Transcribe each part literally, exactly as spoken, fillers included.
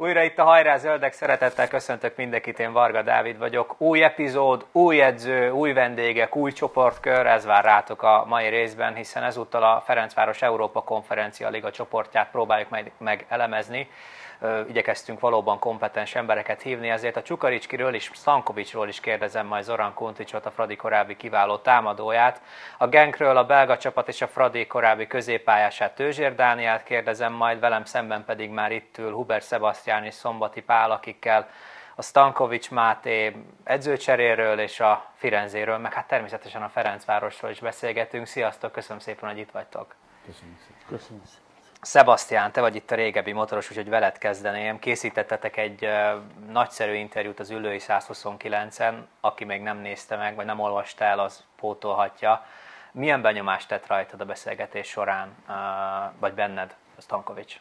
Újra itt a Hajrá Zöldek, szeretettel köszöntök mindenkit, én Varga Dávid vagyok. Új epizód, új edző, új vendégek, új csoportkör, ez vár rátok a mai részben, hiszen ezúttal a Ferencváros Európa Konferencia Liga csoportját próbáljuk meg, meg elemezni. Igyekeztünk valóban kompetens embereket hívni, ezért a Csukaricskiről és Stankovicsról is kérdezem majd Zoran Kunticsot, a Fradi korábbi kiváló támadóját. A Genkről a belga csapat és a Fradi korábbi középpályását, Tőzsér Dánielt kérdezem majd, velem szemben pedig már itt ül Huber Sebastian és Szombati Pál, akikkel a Stankovics Máté edzőcseréről és a Firenzéről, meg hát természetesen a Ferencvárosról is beszélgetünk. Sziasztok, köszönöm szépen, hogy itt vagytok. Köszönöm szépen. Köszönöm szépen. Sebastian, te vagy itt a régebbi motoros, úgyhogy veled kezdeném. Készítettetek egy uh, nagyszerű interjút az Üllői száz huszonkilencen, aki még nem nézte meg, vagy nem olvasta el, az pótolhatja. Milyen benyomást tett rajtad a beszélgetés során, uh, vagy benned, Stankovics?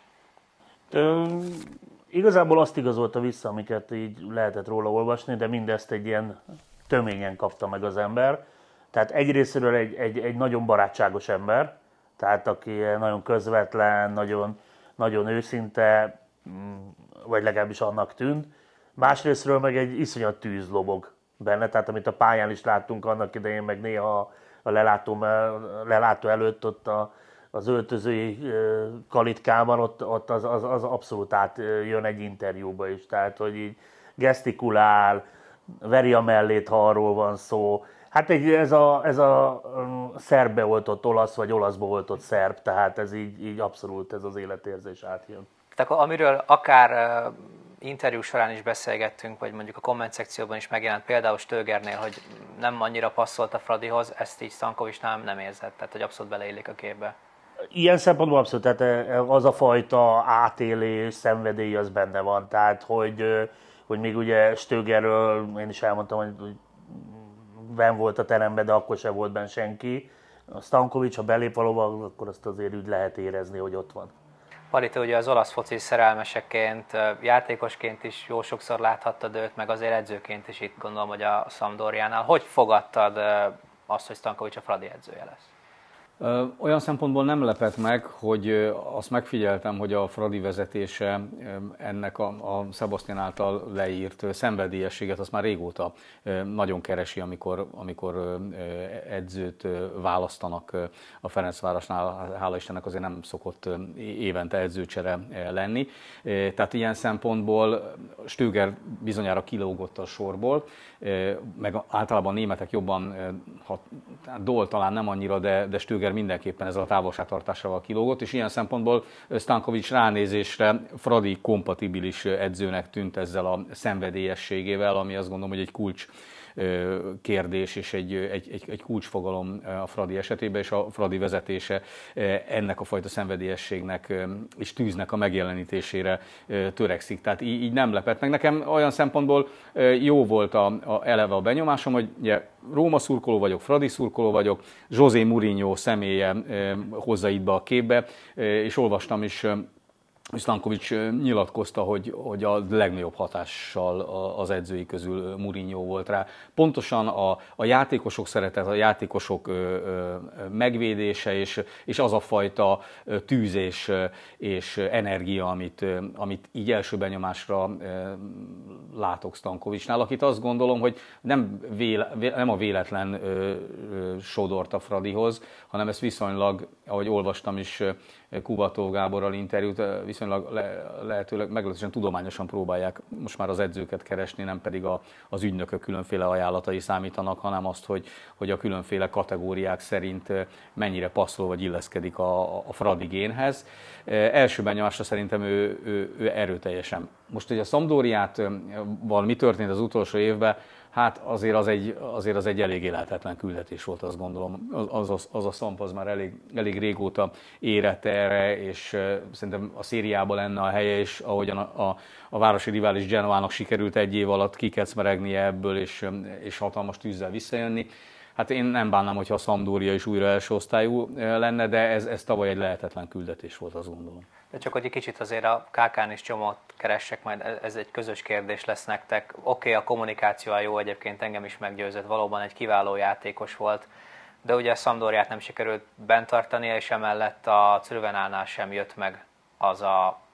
Ö, igazából azt igazolta vissza, amiket így lehetett róla olvasni, de mindezt egy ilyen töményen kapta meg az ember. Tehát egyrésztről egy, egy, egy nagyon barátságos ember, tehát aki nagyon közvetlen, nagyon, nagyon őszinte, vagy legalábbis annak tűnt. Másrésztről meg egy iszonyat tűz lobog benne, tehát amit a pályán is láttunk annak idején, meg néha a lelátó, lelátó előtt ott a, az öltözői kalitkában, ott, ott az, az, az abszolút átjön egy interjúba is. Tehát, hogy így gesztikulál, veri a mellét, ha arról van szó. Hát egy, ez a, ez a szerbbe oltott olasz, vagy olaszba oltott szerb, tehát ez így, így abszolút ez az életérzés átjön. Tehát amiről akár uh, interjú során is beszélgettünk, vagy mondjuk a komment szekcióban is megjelent, például Stögernél, hogy nem annyira passzolt a Fradihoz, ezt így Stankovicsnál nem érzett, tehát hogy abszolút beleillik a képbe. Ilyen szempontból abszolút, tehát az a fajta átélés, szenvedély az benne van, tehát hogy, hogy még ugye Stögerről én is elmondtam, hogy benn volt a teremben, de akkor sem volt benne senki. A Stankovics, ha belép valóban, akkor azt azért úgy lehet érezni, hogy ott van. Pali, te ugye az olasz foci szerelmeseként, játékosként is jó sokszor láthattad őt, meg azért edzőként is itt gondolom, hogy a Sampdoriánál. Hogy fogadtad azt, hogy Stankovics a Fradi edzője lesz? Olyan szempontból nem lepett meg, hogy azt megfigyeltem, hogy a Fradi vezetése ennek a, a Sebastian által leírt szenvedélyességet azt már régóta nagyon keresi, amikor, amikor edzőt választanak a Ferencvárosnál. Hála Istennek azért nem szokott évente edzőcsere lenni. Tehát ilyen szempontból Stöger bizonyára kilógott a sorból, meg általában a németek jobban, ha, Dól talán nem annyira, de, de Stöger mindenképpen ezzel a távolságtartásával kilógott, és ilyen szempontból Stankovics ránézésre Fradi kompatibilis edzőnek tűnt ezzel a szenvedélyességével, ami azt gondolom, hogy egy kulcs kérdés és egy, egy, egy, egy kulcsfogalom a Fradi esetében, és a Fradi vezetése ennek a fajta szenvedélyességnek és tűznek a megjelenítésére törekszik. Tehát így, így nem lepett meg. Nekem olyan szempontból jó volt a, a, eleve a benyomásom, hogy ugye, Róma szurkoló vagyok, Fradi szurkoló vagyok, José Mourinho személye hozza itt be a képbe, és olvastam is, Stankovics nyilatkozta, hogy, hogy a legnagyobb hatással az edzői közül Mourinho volt rá. Pontosan a, a játékosok szeretet, a játékosok ö, ö, megvédése, és, és az a fajta tűz és, és energia, amit, amit így első benyomásra ö, látok Stankovicsnál, akit azt gondolom, hogy nem, véle, nem a véletlen ö, ö, sodort a Fradihoz, hanem ezt viszonylag, ahogy olvastam is, Kubató Gáborral interjút, viszonylag le, lehetőleg meglehetősen tudományosan próbálják most már az edzőket keresni, nem pedig a, az ügynökök különféle ajánlatai számítanak, hanem azt, hogy, hogy a különféle kategóriák szerint mennyire passzol vagy illeszkedik a, a Fradi génhez. Első benyomásra szerintem ő, ő, ő erőteljesen. Most, hogy a Sampdoriával mi történt az utolsó évben, hát azért az egy, azért az egy elég lehetetlen küldetés volt, azt gondolom. Az, az, az a Szamp az már elég, elég régóta érett erre, és szerintem a szériában lenne a helye, és ahogyan a, a, a városi rivális Genoának sikerült egy év alatt kikecmeregnie ebből, és, és hatalmas tűzzel visszajönni. Hát én nem bánnám, hogyha a Sampdoria is újra első osztályú lenne, de ez, ez tavaly egy lehetetlen küldetés volt, azt gondolom. De csak hogy egy kicsit azért a ká kán is csomót keressek, majd ez egy közös kérdés lesz nektek. Oké, okay, a kommunikáció jó, egyébként engem is meggyőzött, valóban egy kiváló játékos volt, de ugye a Sampdoriát nem sikerült bent tartania, és emellett a Crvenánál sem jött meg az a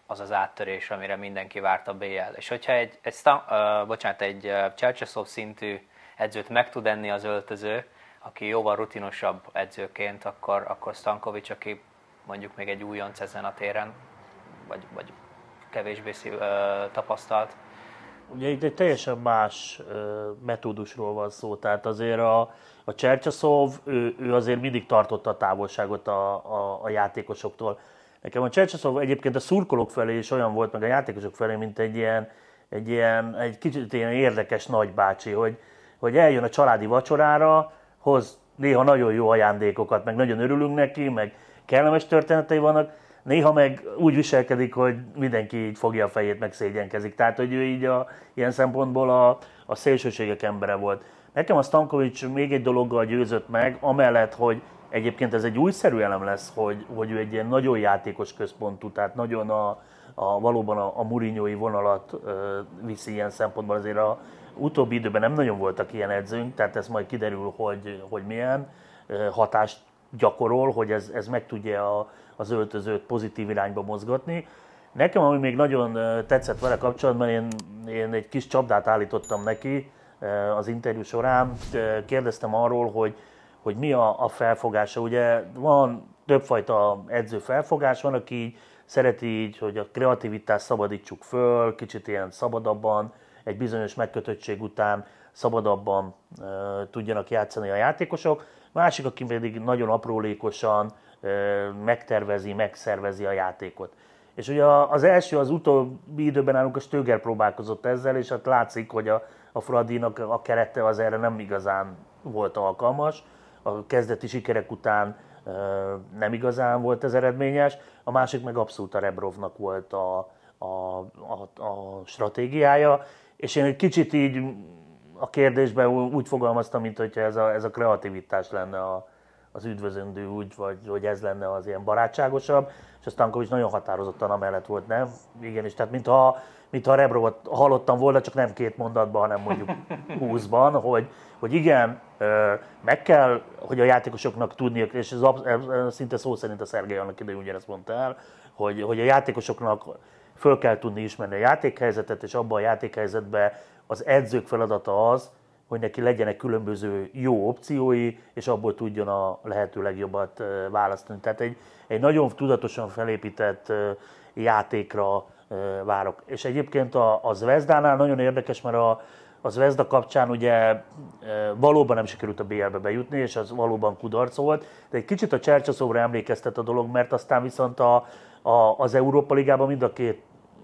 az az áttörés, amire mindenki várt a bé el. És hogyha egy, egy, uh, bocsánat, egy uh, Csercseszov szintű edzőt meg tud enni az öltöző, aki jóval rutinosabb edzőként, akkor, akkor Stankovics, aki mondjuk még egy újonc ezen a téren, vagy, vagy kevésbé szív, uh, tapasztalt. Ugye itt egy teljesen más uh, metódusról van szó, tehát azért a, a Csercseszov, ő, ő azért mindig tartotta a távolságot a, a, a játékosoktól. Nekem a Csercseszov egyébként a szurkolók felé is olyan volt, meg a játékosok felé, mint egy ilyen, egy ilyen egy kicsit ilyen érdekes nagybácsi, hogy, hogy eljön a családi vacsorára, hoz néha nagyon jó ajándékokat, meg nagyon örülünk neki, meg kellemes történetei vannak, néha meg úgy viselkedik, hogy mindenki így fogja a fejét, meg szégyenkezik. Tehát, hogy ő így a, ilyen szempontból a, a szélsőségek embere volt. Nekem a Stankovics még egy dologgal győzött meg, amellett, hogy egyébként ez egy újszerű elem lesz, hogy, hogy ő egy ilyen nagyon játékos központú, tehát nagyon a, a, valóban a, a Mourinho-i vonalat ö, viszi ilyen szempontból. Azért a utóbbi időben nem nagyon voltak ilyen edzőnk, tehát ez majd kiderül, hogy, hogy milyen ö, hatást gyakorol, hogy ez, ez meg tudja a, az öltözőt pozitív irányba mozgatni. Nekem, ami még nagyon tetszett vele kapcsolatban, én, én egy kis csapdát állítottam neki az interjú során, kérdeztem arról, hogy hogy mi a, a felfogása. Ugye van többfajta edző felfogás, van, aki így szereti így, hogy a kreativitást szabadítsuk föl, kicsit ilyen szabadabban, egy bizonyos megkötöttség után szabadabban e, tudjanak játszani a játékosok. Másik, aki pedig nagyon aprólékosan e, megtervezi, megszervezi a játékot. És ugye az első, az utóbbi időben nálunk a Stöger próbálkozott ezzel, és hát látszik, hogy a, a Fradinak a kerete az erre nem igazán volt alkalmas. A kezdeti sikerek után nem igazán volt ez eredményes, a másik meg abszolút a Rebrovnak volt a, a, a, a stratégiája, és én egy kicsit így a kérdésben úgy fogalmaztam, mint hogyha ez a, ez a kreativitás lenne a, az üdvözöndő úgy, vagy hogy ez lenne az ilyen barátságosabb, és a Stankovics nagyon határozottan amellett volt, nem? Igenis, tehát mintha, mintha a Rebrovot hallottam volna, csak nem két mondatban, hanem mondjuk húszban, hogy, hogy igen, meg kell, hogy a játékosoknak tudniuk, és ez, ez szinte szó szerint a Szergej annak idején ugyanezt mondta el, hogy, hogy a játékosoknak föl kell tudni ismerni a játékhelyzetet, és abban a játékhelyzetben az edzők feladata az, hogy neki legyenek különböző jó opciói, és abból tudjon a lehető legjobbat választani. Tehát egy, egy nagyon tudatosan felépített játékra várok. És egyébként a, a Zvezdánál nagyon érdekes, mert a, a Zvezda kapcsán ugye valóban nem sikerült a bé el-be bejutni, és az valóban kudarc volt, de egy kicsit a Csercseszovra emlékeztet a dolog, mert aztán viszont a, a, az Európa Ligában mind a két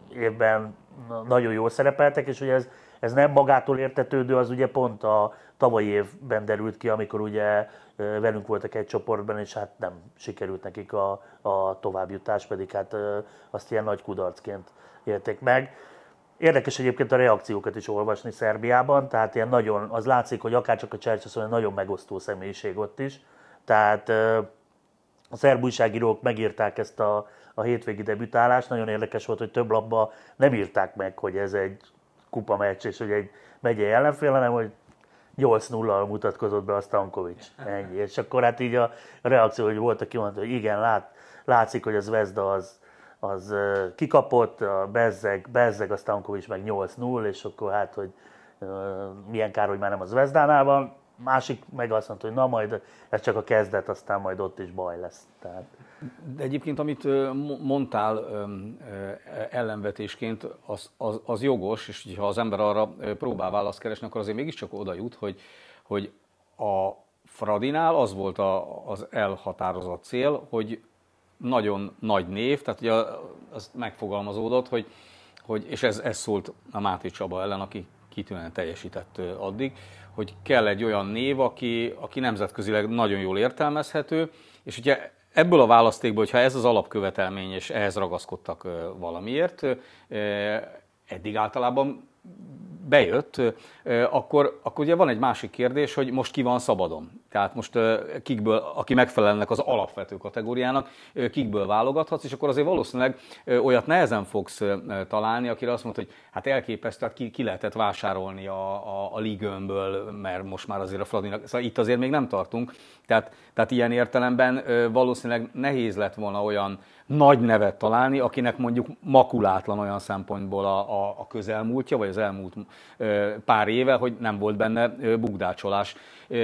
évben nagyon jól szerepeltek, és ugye ez, ez nem magától értetődő, az ugye pont a tavalyi évben derült ki, amikor ugye velünk voltak egy csoportban, és hát nem sikerült nekik a, a továbbjutás, pedig hát azt ilyen nagy kudarcként élték meg. Érdekes egyébként a reakciókat is olvasni Szerbiában, tehát ilyen nagyon, az látszik, hogy akárcsak a Csercseszov nagyon megosztó személyiség ott is. Tehát a szerb újságírók megírták ezt a, a hétvégi debütálást, nagyon érdekes volt, hogy több lapban nem írták meg, hogy ez egy kupa meccs, és hogy egy megyei ellenfél, hanem hogy nyolc nullal mutatkozott be a Stankovics. Ennyi. És akkor hát így a reakció, hogy volt, aki mondta, hogy igen, lát, látszik, hogy a Zvezda az, az kikapott, a bezzeg, bezzeg a Stankovics meg nyolc null, és akkor hát, hogy uh, milyen kár, hogy már nem a Zvezdánál van. Másik meg azt mondta, hogy na majd ez csak a kezdet, aztán majd ott is baj lesz. Tehát... De egyébként, amit mondtál ellenvetésként, az, az, az jogos, és ha az ember arra próbál választ keresni, akkor azért mégiscsak oda jut, hogy, hogy a Fradinál az volt a, az elhatározott cél, hogy nagyon nagy név, tehát ugye az megfogalmazódott, hogy, hogy és ez, ez szólt a Máté Csaba ellen, aki kitűnően teljesített addig, hogy kell egy olyan név, aki, aki nemzetközileg nagyon jól értelmezhető, és ugye ebből a választékból, hogyha ez az alapkövetelmény, és ehhez ragaszkodtak valamiért, eddig általában bejött, akkor, akkor ugye van egy másik kérdés, hogy most ki van szabadon. Tehát most kikből, aki megfelelnek az alapvető kategóriának, kikből válogathatsz, és akkor azért valószínűleg olyat nehezen fogsz találni, akire azt mondta, hogy hát elképesztő, hát ki, ki lehetett vásárolni a, a, a Ligue-ből, mert most már azért a Fradinak, szóval itt azért még nem tartunk. Tehát, tehát ilyen értelemben valószínűleg nehéz lett volna olyan nagy nevet találni, akinek mondjuk makulátlan olyan szempontból a, a, a közelmúltja, vagy az elmúlt pár éve, hogy nem volt benne bukdácsolás.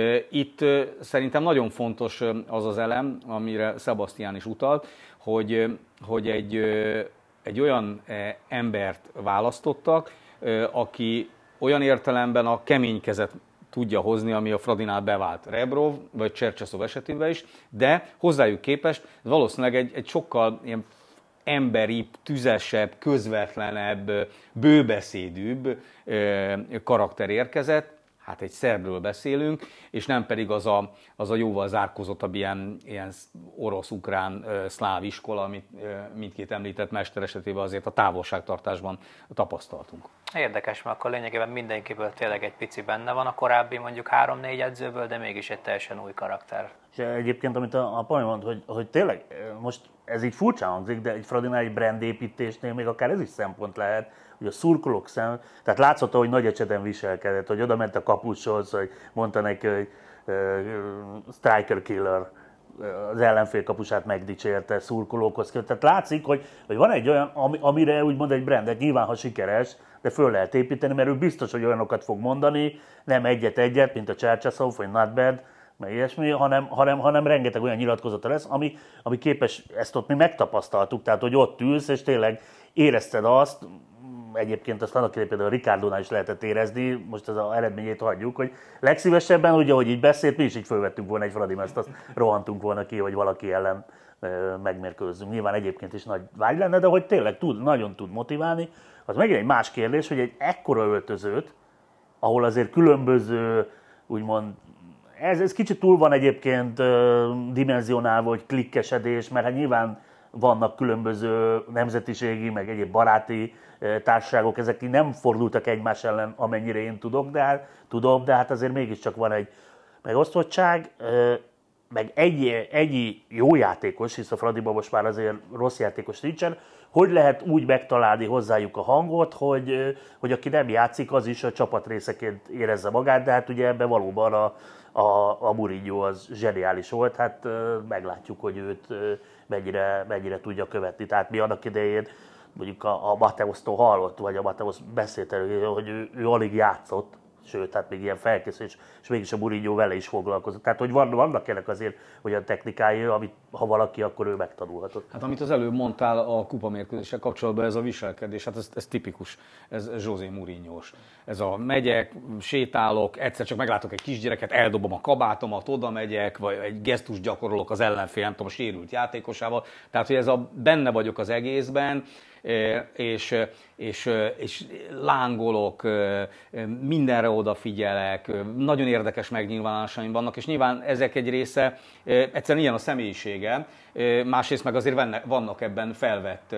Itt szerintem nagyon fontos az az elem, amire Sebastian is utalt, hogy, hogy egy, egy olyan embert választottak, aki olyan értelemben a kemény kezet tudja hozni, ami a Fradinál bevált Rebrov, vagy Csercseszov esetében is, de hozzájuk képest valószínűleg egy, egy sokkal ilyen emberibb, tüzesebb, közvetlenebb, bőbeszédűbb karakter érkezett. Hát egy szerbről beszélünk, és nem pedig az a, az a jóval zárkózottabb ilyen, ilyen orosz-ukrán szláv iskola, amit mindkét említett mester esetében azért a távolságtartásban tapasztaltunk. Érdekes, mert akkor lényegében mindenkiből tényleg egy pici benne van a korábbi mondjuk három-négy edzőből, de mégis egy teljesen új karakter. És egyébként, amit a, a Pami mond, hogy, hogy tényleg most ez így furcsa hangzik, de egy Fradinál egy brandépítésnél még akár ez is szempont lehet, hogy a szurkolók szem, tehát látszott, hogy nagy ecseten viselkedett, hogy oda ment a kapushoz, hogy mondta neki, hogy uh, striker killer, az ellenfél kapusát megdicsérte, szurkolókhoz. Tehát látszik, hogy, hogy van egy olyan, ami, amire úgymond egy brandet, nyilván ha sikeres, de föl lehet építeni, mert ő biztos, hogy olyanokat fog mondani, nem egyet-egyet, mint a Csercseszov, vagy Not Bad, meg ilyesmi, hanem, hanem, hanem rengeteg olyan nyilatkozata lesz, ami, ami képes, ezt ott mi megtapasztaltuk, tehát hogy ott ülsz, és tényleg érezted azt, egyébként azt annak például a Ricardónál is lehetett érezni, most az a eredményét hagyjuk, hogy legszívesebben, ugye, ahogy így beszélt, mi is így fölvettünk volna egy Fradi, mert azt rohantunk volna ki, hogy valaki ellen megmérkőzzünk. Nyilván egyébként is nagy vágy lenne, de hogy tényleg tud, nagyon tud motiválni. Az megint egy más kérdés, hogy egy ekkora öltözőt, ahol azért különböző, úgymond, ez, ez kicsit túl van egyébként dimenzionálva, hogy klikkesedés, mert hát nyilván vannak különböző nemzetiségi, meg egyéb baráti társaságok, ezek nem fordultak egymás ellen, amennyire én tudok, de hát, tudom, de hát azért mégiscsak van egy megosztottság, meg egy, egy jó játékos, hisz a Fradiban most már azért rossz játékos nincsen, hogy lehet úgy megtalálni hozzájuk a hangot, hogy, hogy aki nem játszik, az is a csapat részeként érezze magát, de hát ugye ebben valóban a, a, a Mourinho az zseniális volt, hát meglátjuk, hogy őt mennyire, mennyire tudja követni. Tehát mi annak idején mondjuk a, a Mateusztól hallott, vagy a Mateusz beszélt elő, hogy ő, ő alig játszott, sőt, hát még ilyen felkészülés, és mégis a Mourinho vele is foglalkozott. Tehát, hogy vannak ennek azért olyan technikái, amit ha valaki, akkor ő megtanulhatott. Hát amit az előbb mondtál a kupamérkőzéssel kapcsolatban, ez a viselkedés, hát ez, ez tipikus, ez José Mourinho-s. Ez a megyek, sétálok, egyszer csak meglátok egy kisgyereket, eldobom a kabátomat, oda megyek, vagy egy gesztus gyakorolok az ellenfél, nem tudom, a sérült játékosával. Tehát, hogy ez a benne vagyok az egészben, és, és, és lángolok, mindenre odafigyelek, nagyon érdekes megnyilvánulásaim vannak, és nyilván ezek egy része egyszerűen ilyen a személyisége, másrészt meg azért vannak ebben felvett,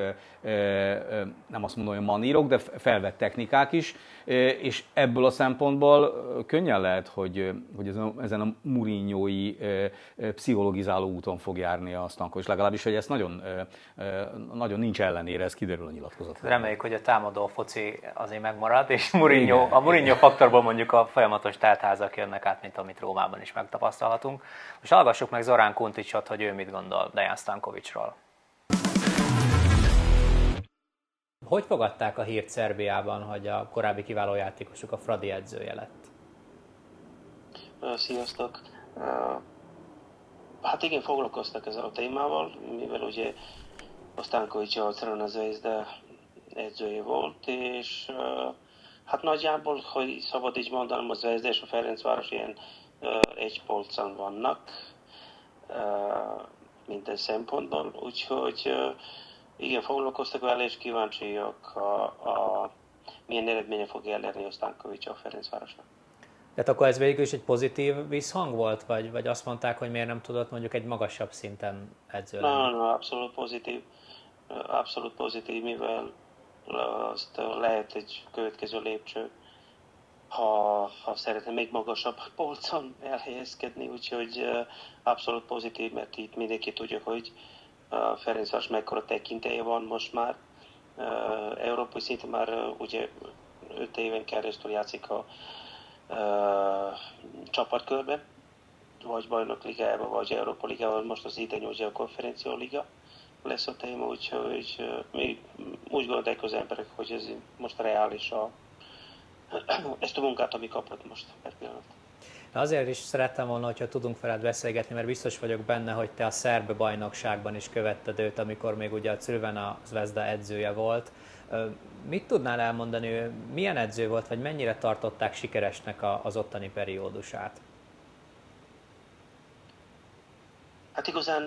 nem azt mondom, hogy manírok, de felvett technikák is, és ebből a szempontból könnyen lehet, hogy, hogy ezen a Mourinho-i pszichologizáló úton fog járni a Stanko, és legalábbis, hogy ez nagyon, nagyon nincs ellenére, ez kiderül a nyilatkozatban. Reméljük, hogy a támadó foci azért megmarad, és Mourinho, a Mourinho faktorból mondjuk a folyamatos teltházak jönnek át, mint amit Rómában is megtapasztalhatunk. Most hallgassuk meg Zorán Kunticsot, hogy ő mit gondol Dejan Stankovicsról. Hogy fogadták a hírt Szerbiában, hogy a korábbi kiváló játékosuk a Fradi edzője lett? Sziasztok! Hát igen, foglalkoztak ezzel a témával, mivel ugye a Stankovics a Crvena Zvezda edzője volt, és hát nagyjából, hogy szabad így mondanom, a Zvezda és a Ferencváros ilyen egy polcon vannak minden szempontból, úgyhogy igen, foglalkoztak vele, és kíváncsiak, a, a, milyen eredménye fog elérni a Stankovics a Ferencvárosnak. Tehát akkor ez végül is egy pozitív visszhang volt, vagy, vagy azt mondták, hogy miért nem tudott mondjuk egy magasabb szinten edző lenni? No, no, abszolút pozitív, abszolút pozitív, mivel azt lehet egy következő lépcső. ha, ha szeretne még magasabb polcon elhelyezkedni, úgyhogy abszolút pozitív, mert itt mindenki tudja, hogy Ferencváros mekkora tekintélye van most már. Európai szinten már ugye öt éven keresztül játszik a uh, csapatkörben, vagy Bajnokligában, vagy Európa Ligában, most az idén ugye a Konferencia Liga lesz a téma, úgyhogy uh, mi úgy gondolják az emberek, hogy ez most reális a, ezt a munkát, ami kapott most per pillanat. Azért is szerettem volna, hogyha tudunk veled beszélgetni, mert biztos vagyok benne, hogy te a szerb bajnokságban is követted őt, amikor még ugye a Crvena Zvezda edzője volt. Mit tudnál elmondani, milyen edző volt, vagy mennyire tartották sikeresnek az ottani periódusát? Hát igazán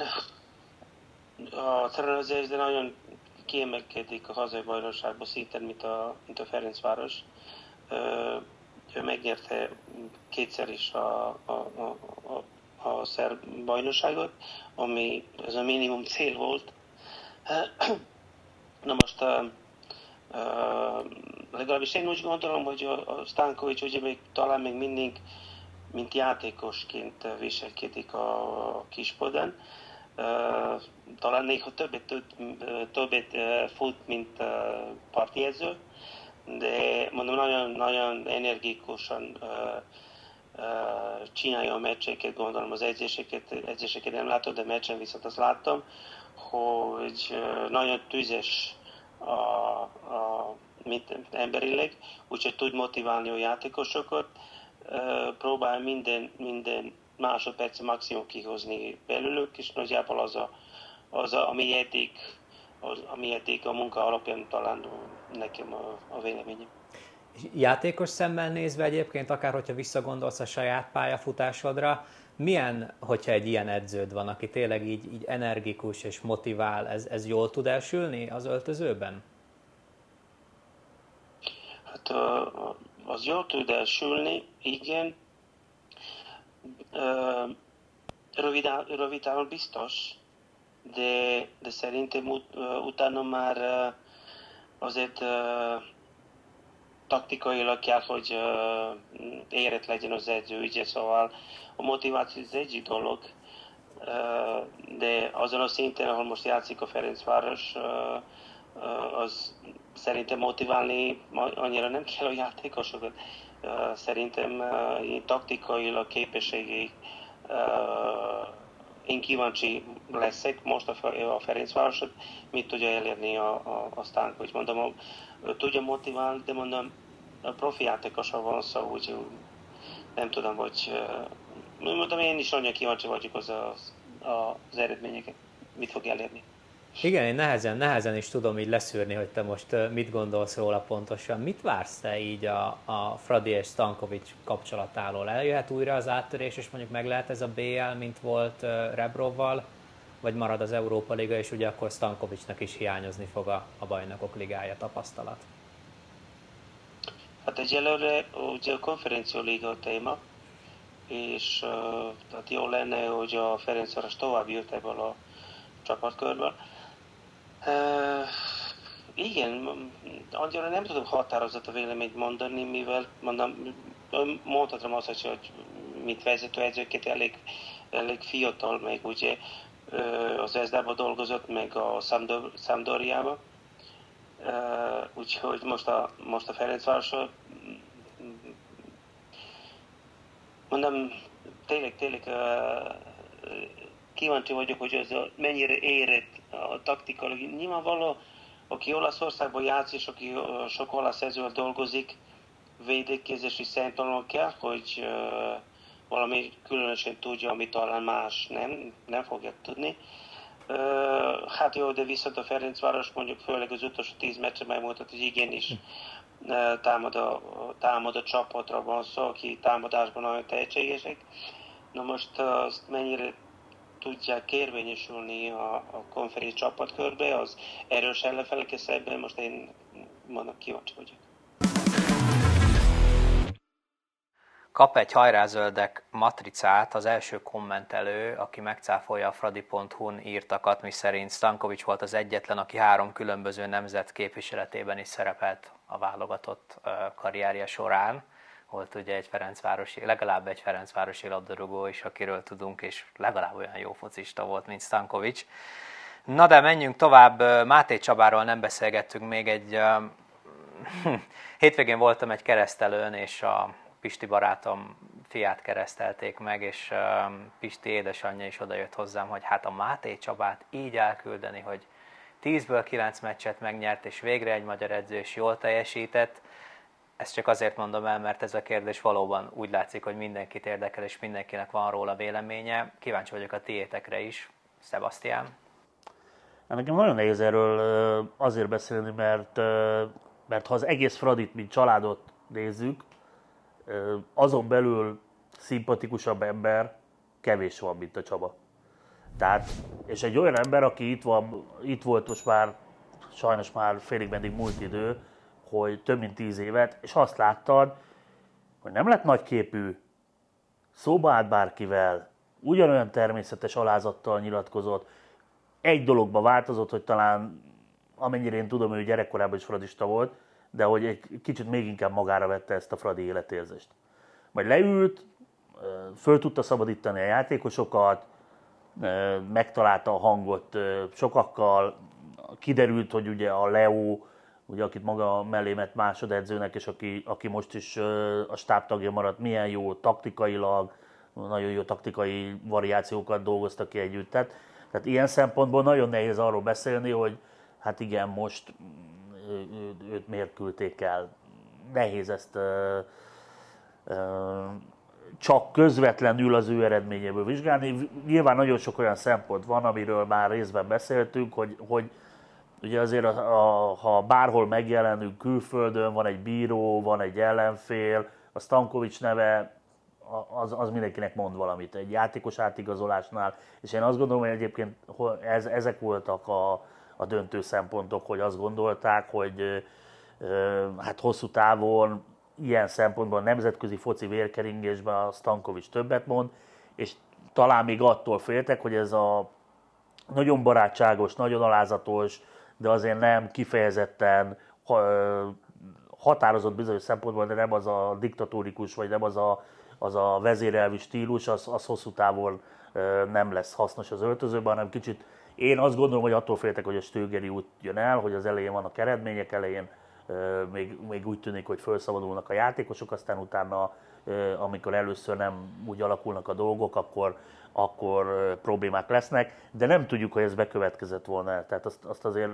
a Crvena Zvezda nagyon kiemelkedik a hazai bajnokságban szinten, mint a, mint a Ferencváros. Ő megnyerte kétszer is a, a, a, a, a szerb bajnokságot, ami ez a minimum cél volt. Na most uh, uh, legalábbis én úgy gondolom, hogy a, a Stankovics ugye még, talán még mindig mint játékosként viselkedik a Kispoden. Uh, talán néha többet, többet uh, fut, mint uh, partiedző, de mondom, nagyon, nagyon energikusan uh, uh, csinálja a meccseket, gondolom az edzéseket, edzéseket nem látom, de meccsen viszont azt láttam, hogy uh, nagyon tüzes a, a, mint emberileg, úgyhogy tud motiválni a játékosokat, uh, próbál minden, minden másodperc maximum kihozni belőlük, és nagyjából az, a, az a, ami eddig az, ami eddig a munka alapján talán nekem a, a véleményem. Játékos szemmel nézve egyébként, akár hogyha visszagondolsz a saját pályafutásodra, milyen, hogyha egy ilyen edződ van, aki tényleg így, így energikus és motivál, ez, ez jól tud elsülni az öltözőben? Hát az jól tud elsülni, igen. Rövid, rövid távon biztos, de, de szerintem ut, utána már azért taktikailag kell, hogy érett legyen az edző, ugye, szóval a motiváció az egyik dolog, de azon a szinten, ahol most játszik a Ferencváros, az szerintem motiválni annyira nem kell a játékosokat. Szerintem taktikailag képességei én kíváncsi leszek most a Ferencvárosot, mit tudja elérni a, a, a Stankovics. Mondom, tudja motiválni, de mondom, a profi játékosra van szó, úgyhogy nem tudom, hogy mondom, én is nagyon kíváncsi vagyok az, az, az eredményeket, mit fog elérni. Igen, én nehezen, nehezen is tudom így leszűrni, hogy te most mit gondolsz róla pontosan. Mit vársz te így a, a Fradi és Stankovics kapcsolatáról? Eljöhet újra az áttörés, és mondjuk meg lehet ez a bé el, mint volt Rebrovval, vagy marad az Európa Liga, és ugye akkor Stankovicsnak is hiányozni fog a, a Bajnokok Ligája tapasztalat? Hát egyelőre ugye a Konferencia Liga a téma, és uh, tehát jó lenne, hogy a Ferencváros tovább jött ebből a csapatkörből. Uh, igen, annyira nem tudom határozott a véleményt mondani, mivel mondom, mondhatom azt, hogy mint vezetőedzőként elég, elég fiatal, meg ugye uh, az Zvezdában dolgozott, meg a Sampdoriában. Uh, úgyhogy most a, most a Ferencvárosról mondom, tényleg, tényleg uh, kíváncsi vagyok, hogy ez a, mennyire érett a taktikailag. Nyilvánvaló, aki Olaszországban játszik, és aki uh, sok olasz edzővel dolgozik, védekezési szempontból kell, hogy uh, valami különösen tudja, amit talán más nem, nem fogja tudni. Uh, hát jó, de viszont a Ferencváros mondjuk főleg az utolsó tíz meccsen megmutatott, hogy igenis uh, támadó, támadó csapatra van szó, aki támadásban nagyon tehetségesek. Na most uh, azt mennyire tudják érvényesülni a, a konferenc csapatkörbe, az erős ellenfelekkel szemben, most én mondom, kíváncsi vagyok. Kap egy hajrázöldek matricát az első kommentelő, aki megcáfolja a fradi pont hu-n írtakat, miszerint Stankovics volt az egyetlen, aki három különböző nemzet képviseletében is szerepelt a válogatott karrierje során. volt ugye egy Ferencvárosi, legalább egy Ferencvárosi labdarúgó is, akiről tudunk, és legalább olyan jó focista volt, mint Stankovics. Na de menjünk tovább, Máté Csabáról nem beszélgettünk még egy... Uh, hétvégén voltam egy keresztelőn, és a Pisti barátom fiát keresztelték meg, és uh, Pisti édesanyja is odajött hozzám, hogy hát a Máté Csabát így elküldeni, hogy tízből kilenc meccset megnyert, és végre egy magyar edző is jól teljesített. Ezt csak azért mondom el, mert ez a kérdés valóban úgy látszik, hogy mindenkit érdekel, és mindenkinek van róla véleménye. Kíváncsi vagyok a tiétekre is. Sebastian? Nekem nagyon nehéz erről azért beszélni, mert, mert ha az egész Fradit, mint családot nézzük, azon belül szimpatikusabb ember kevés van, mint a Csaba. Tehát, és egy olyan ember, aki itt, van, itt volt most már, sajnos már félig meddig múlt idő, hogy több mint tíz évet, és azt láttad, hogy nem lett nagyképű, szóba állt bárkivel, ugyanolyan természetes alázattal nyilatkozott. Egy dologba változott, hogy talán, amennyire én tudom, ő gyerekkorában is fradista volt, de hogy egy kicsit még inkább magára vette ezt a fradi életérzést. Majd leült, föl tudta szabadítani a játékosokat, megtalálta a hangot sokakkal, kiderült, hogy ugye a Leo, ugye, akit maga mellé ment másodedzőnek, és aki, aki most is a stábtagja maradt, milyen jó taktikailag, nagyon jó taktikai variációkat dolgoztak ki együtt. Tehát, tehát ilyen szempontból nagyon nehéz arról beszélni, hogy hát igen, most őt miért küldték el. Nehéz ezt ö, ö, csak közvetlenül az ő eredményéből vizsgálni. Nyilván nagyon sok olyan szempont van, amiről már részben beszéltünk, hogy, hogy ugye azért, a, a, ha bárhol megjelenünk külföldön, van egy bíró, van egy ellenfél, a Stankovics neve az, az mindenkinek mond valamit egy játékos átigazolásnál, és én azt gondolom, hogy egyébként ez, ezek voltak a, a döntő szempontok, hogy azt gondolták, hogy hát hosszú távon ilyen szempontból a nemzetközi foci vérkeringésben a Stankovics többet mond, és talán még attól féltek, hogy ez a nagyon barátságos, nagyon alázatos, de azért nem kifejezetten határozott bizonyos szempontból, de nem az a diktatórikus, vagy nem az a, az a vezérelvi stílus, az, az hosszú távon nem lesz hasznos az öltözőben, hanem kicsit, én azt gondolom, hogy attól féltek, hogy a Stögeri út jön el, hogy az elején vannak eredmények, elején még, még úgy tűnik, hogy felszabadulnak a játékosok, aztán utána, amikor először nem úgy alakulnak a dolgok, akkor, akkor problémák lesznek, de nem tudjuk, hogy ez bekövetkezett volna el. Tehát azt, azt azért,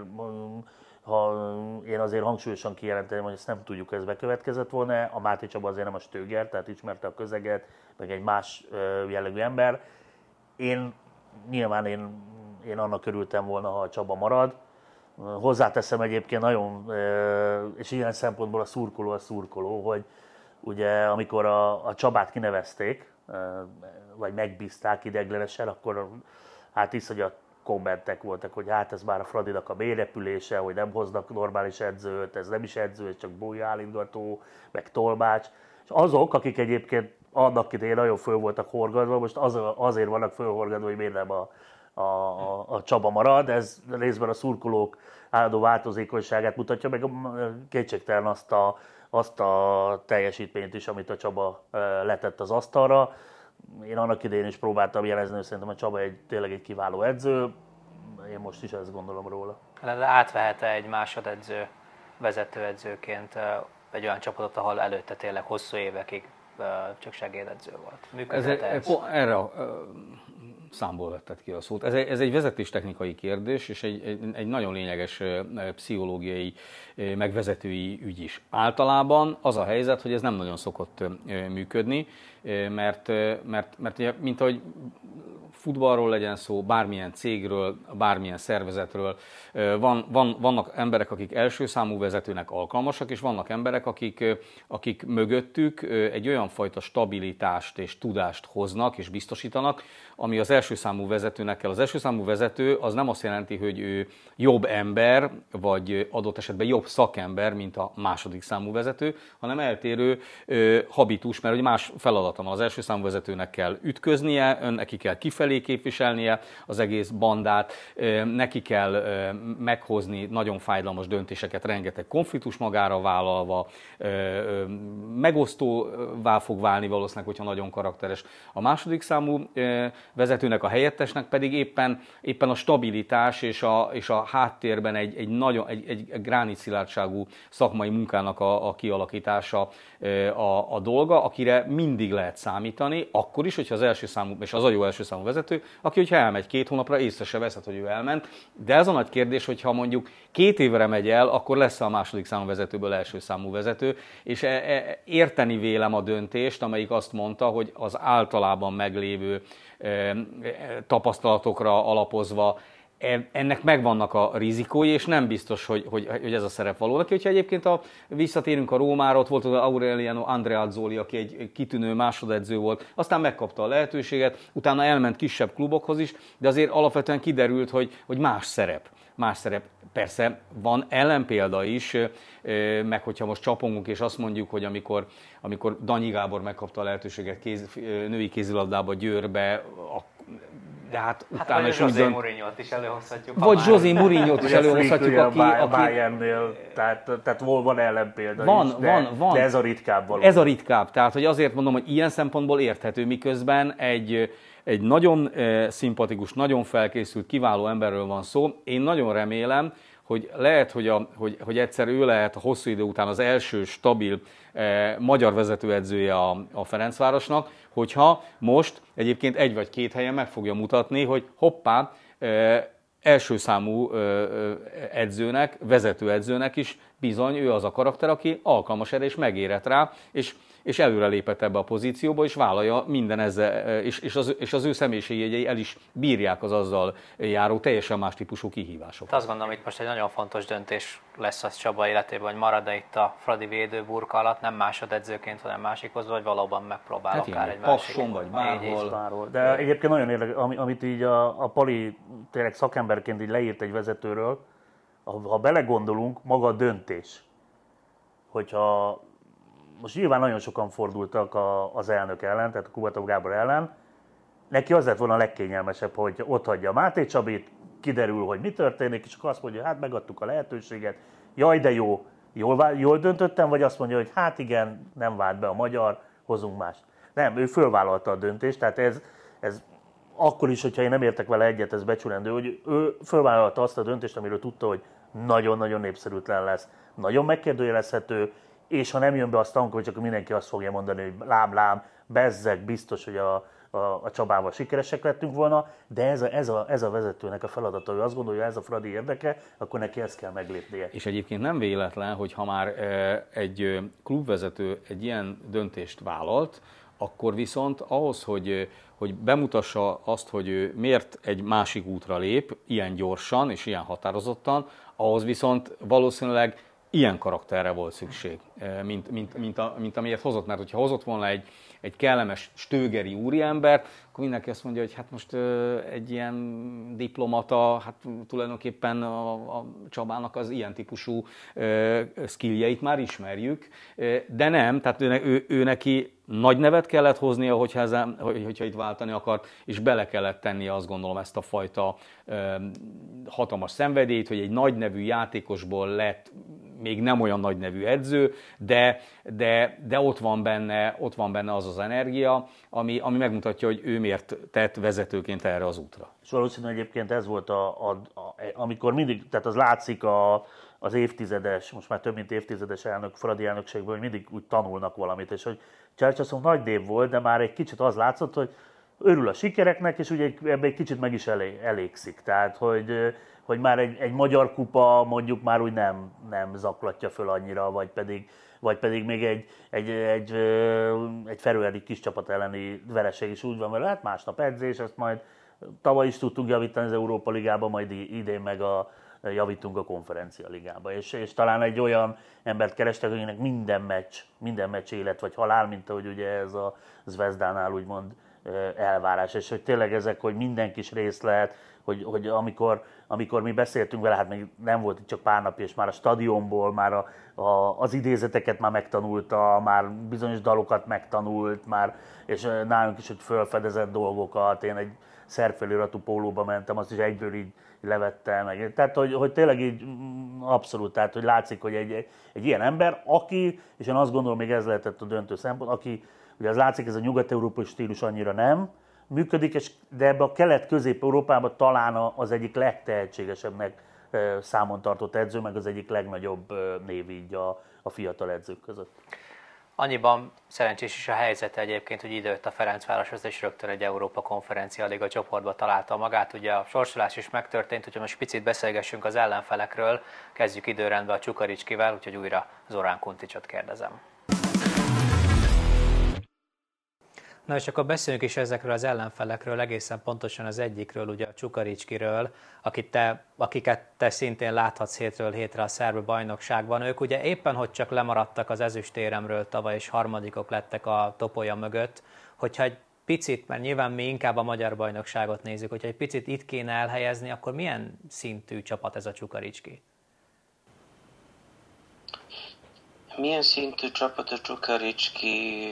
ha én azért hangsúlyosan kijelenteném, hogy ezt nem tudjuk, hogy ez bekövetkezett volna el. A Máté Csaba azért nem a Stöger, tehát ismerte a közeget, meg egy más jellegű ember. Én nyilván én, én annak örültem volna, ha a Csaba marad. Hozzáteszem egyébként nagyon, és ilyen szempontból a szurkoló a szurkoló, hogy ugye amikor a, a Csabát kinevezték, vagy megbízták ideiglenesen, akkor hát iszonyat kommentek voltak, hogy hát ez már a Fradinak a bérepülése, hogy nem hoznak normális edzőt, ez nem is edző, ez csak bújálintgató, meg tolmács. És azok, akik egyébként annak idején nagyon föl voltak horgadva, most az, azért vannak fölhorgadva, hogy miért nem a, a, a, a Csaba marad. Ez részben a szurkolók állandó változékonyságát mutatja, meg kétségtelen azt a, azt a teljesítményt is, amit a Csaba letett az asztalra. Én annak idején is próbáltam jelezni, hogy szerintem a Csaba egy, tényleg egy kiváló edző. Én most is ezt gondolom róla. De átvehet-e egy másodedző vezetőedzőként egy olyan csapatot, ahol előtte tényleg hosszú évekig csak segédedző volt? Működhet ez? ez? Erre a, számból vetted ki a szót. Ez egy, ez egy vezetéstechnikai kérdés, és egy, egy, egy nagyon lényeges pszichológiai, megvezetői ügy is. Általában az a helyzet, hogy ez nem nagyon szokott működni, mert, mert, mert ugye, mint ahogy futballról legyen szó, bármilyen cégről, bármilyen szervezetről, van, van, vannak emberek, akik első számú vezetőnek alkalmasak, és vannak emberek, akik, akik mögöttük egy olyan fajta stabilitást és tudást hoznak és biztosítanak, ami az első számú vezetőnek kell. Az első számú vezető az nem azt jelenti, hogy ő jobb ember, vagy adott esetben jobb szakember, mint a második számú vezető, hanem eltérő habitus, mert hogy más feladata van. Az első számú vezetőnek kell ütköznie, neki kell kifejezni, felé képviselnie az egész bandát, neki kell meghozni nagyon fájdalmas döntéseket, rengeteg konfliktus magára vállalva, megosztóvá fog válni valószínűleg, hogyha nagyon karakteres. A második számú vezetőnek, a helyettesnek pedig éppen, éppen a stabilitás és a, és a háttérben egy, egy, nagyon, egy, egy gránitszilárdságú szakmai munkának a, a kialakítása a, a dolga, akire mindig lehet számítani, akkor is, hogyha az első számú, és az a jó első számú vezető, aki, hogyha elmegy két hónapra, észre se veszed, hogy ő elment, de ez a nagy kérdés, hogyha mondjuk két évre megy el, akkor lesz a második számú vezetőből első számú vezető, és érteni vélem a döntést, amelyik azt mondta, hogy az általában meglévő tapasztalatokra alapozva ennek megvannak a rizikói, és nem biztos, hogy, hogy, hogy ez a szerep való neki. Hogyha egyébként a, visszatérünk a Rómára, ott volt az Aureliano Andreazzoli, aki egy kitűnő másodedző volt, aztán megkapta a lehetőséget, utána elment kisebb klubokhoz is, de azért alapvetően kiderült, hogy, hogy más szerep. Más szerep. Persze van ellenpélda is, meg hogyha most csapongunk és azt mondjuk, hogy amikor, amikor Danyi Gábor megkapta a lehetőséget kéz, női kézilabdába Győrbe, a, de hát, hát utána is José dönt... Mourinho-t is előhozhatjuk. Vagy José Mourinho-t is előhozhatjuk, aki... A aki... Bayernnél, tehát, tehát van ellenpélda van, is, de, van, van. de ez a ritkább való. Ez a ritkább, tehát hogy azért mondom, hogy ilyen szempontból érthető, miközben egy, egy nagyon eh, szimpatikus, nagyon felkészült, kiváló emberről van szó. Én nagyon remélem, hogy lehet, hogy, a, hogy, hogy egyszer ő lehet a hosszú idő után az első stabil eh, magyar vezetőedzője a, a Ferencvárosnak, hogyha most egyébként egy vagy két helyen meg fogja mutatni, hogy hoppá, eh, első számú eh, edzőnek, vezetőedzőnek is bizony ő az a karakter, aki alkalmas erre és megérett rá, és és előrelépett ebbe a pozícióba, és vállalja minden ezzel, és, és, az, és az ő személyiségjegyei el is bírják az azzal járó teljesen más típusú kihívásokat. Azt gondolom, itt most egy nagyon fontos döntés lesz az Csaba életében, hogy marad-e itt a Fradi védőburka alatt, nem másodedzőként, hanem másikhoz, vagy valóban megpróbál hát akár ilyen, egy másik. Passon, vagy bárhol. bárhol. De egyébként nagyon érdekes, amit így a, a Pali tényleg szakemberként így leírt egy vezetőről, ha belegondolunk, maga a döntés, hogyha most nyilván nagyon sokan fordultak a, az elnök ellen, tehát a Kubatov Gábor ellen. Neki az lett volna a legkényelmesebb, hogy ott hagyja a Máté Csabit, kiderül, hogy mi történik, és akkor azt mondja, hát megadtuk a lehetőséget, jaj de jó, jól, jól döntöttem, vagy azt mondja, hogy hát igen, nem vált be a magyar, hozunk mást. Nem, ő fölvállalta a döntést, tehát ez, ez akkor is, hogyha én nem értek vele egyet, ez becsülendő, hogy ő fölvállalta azt a döntést, amiről tudta, hogy nagyon-nagyon népszerűtlen lesz, nagyon megkérdőjelezhető, és ha nem jön be a Stankovics, akkor mindenki azt fogja mondani, hogy lám, lám, bezzeg, biztos, hogy a, a, a Csabával sikeresek lettünk volna, de ez a, ez, a, ez a vezetőnek a feladata, hogy azt gondolja, ez a Fradi érdeke, akkor neki ezt kell meglépnie. És egyébként nem véletlen, hogy ha már egy klubvezető egy ilyen döntést vállalt, akkor viszont ahhoz, hogy, hogy bemutassa azt, hogy ő miért egy másik útra lép, ilyen gyorsan és ilyen határozottan, ahhoz viszont valószínűleg ilyen karakterre volt szükség, mint, mint, mint, a, mint amiért hozott. Mert hogyha hozott volna egy, egy kellemes, stőgeri úriembert, akkor mindenki azt mondja, hogy hát most egy ilyen diplomata, hát tulajdonképpen a, a Csabának az ilyen típusú skilljeit már ismerjük, de nem, tehát ő, ő, ő neki nagy nevet kellett hoznia, hogyha, ezen, hogyha itt váltani akart, és bele kellett tenni, azt gondolom, ezt a fajta hatalmas szenvedélyt, hogy egy nagy nevű játékosból lett még nem olyan nagy nevű edző, de, de, de ott, van benne, ott van benne az az energia, ami, ami megmutatja, hogy ő miért tett vezetőként erre az útra. És valószínűleg egyébként ez volt, a, a, a, amikor mindig, tehát az látszik a, az évtizedes, most már több mint évtizedes elnök, Fradi elnökségből, hogy mindig úgy tanulnak valamit, és hogy Csercsaszon nagy név volt, de már egy kicsit az látszott, hogy örül a sikereknek, és ugye ebbe egy kicsit meg is elég, elégszik. Tehát, hogy, hogy már egy, egy magyar kupa mondjuk már úgy nem, nem zaklatja föl annyira, vagy pedig, vagy pedig még egy, egy, egy, egy ferőeri kis csapat elleni vereség is úgy van, mert hát másnap edzés, ezt majd tavaly is tudtunk javítani az Európa Ligában, majd idén meg a, javítunk a Konferencia Ligába. És, és talán egy olyan embert kerestek, akinek minden meccs, minden meccs élet vagy halál, mint ahogy ugye ez a Zvezdánál úgymond elvárás, és hogy tényleg ezek, hogy minden kis rész lehet, hogy, hogy amikor, amikor mi beszéltünk vele, hát még nem volt itt csak pár napja, és már a stadionból, már a, a, az idézeteket már megtanulta, már bizonyos dalokat megtanult, már, és nálunk is, hogy felfedezett dolgokat. Én egy szerb feliratú pólóba mentem, azt is egyből így levette meg. Tehát, hogy, hogy tényleg így abszolút, tehát, hogy látszik, hogy egy, egy, egy ilyen ember, aki, és én azt gondolom, még ez lehetett a döntő szempont, aki, ugye az látszik, ez a nyugat-európai stílus annyira nem működik, és, de ebbe a kelet-közép-európában talán az egyik legtehetségesebbnek számon tartott edző, meg az egyik legnagyobb név így a, a fiatal edzők között. Annyiban szerencsés is a helyzete egyébként, hogy időt a Ferencvároshoz, és rögtön egy Európa Konferencia Liga csoportba találta magát. Ugye a sorsolás is megtörtént, úgyhogy most picit beszélgessünk az ellenfelekről. Kezdjük időrendben a Csukaricskivel, úgyhogy újra Zorán Kunticsot kérdezem. Na és akkor beszéljünk is ezekről az ellenfelekről, egészen pontosan az egyikről, ugye a Csukaricskiről, akit te, akiket te szintén láthatsz hétről hétre a szerb bajnokságban. Ők ugye éppen, hogy csak lemaradtak az ezüstéremről tavaly, és harmadikok lettek a Topolya mögött, hogyha egy picit, mert nyilván mi inkább a magyar bajnokságot nézzük, hogyha egy picit itt kéne elhelyezni, akkor milyen szintű csapat ez a Csukaricski? Milyen szintű csapat a Csukaricski?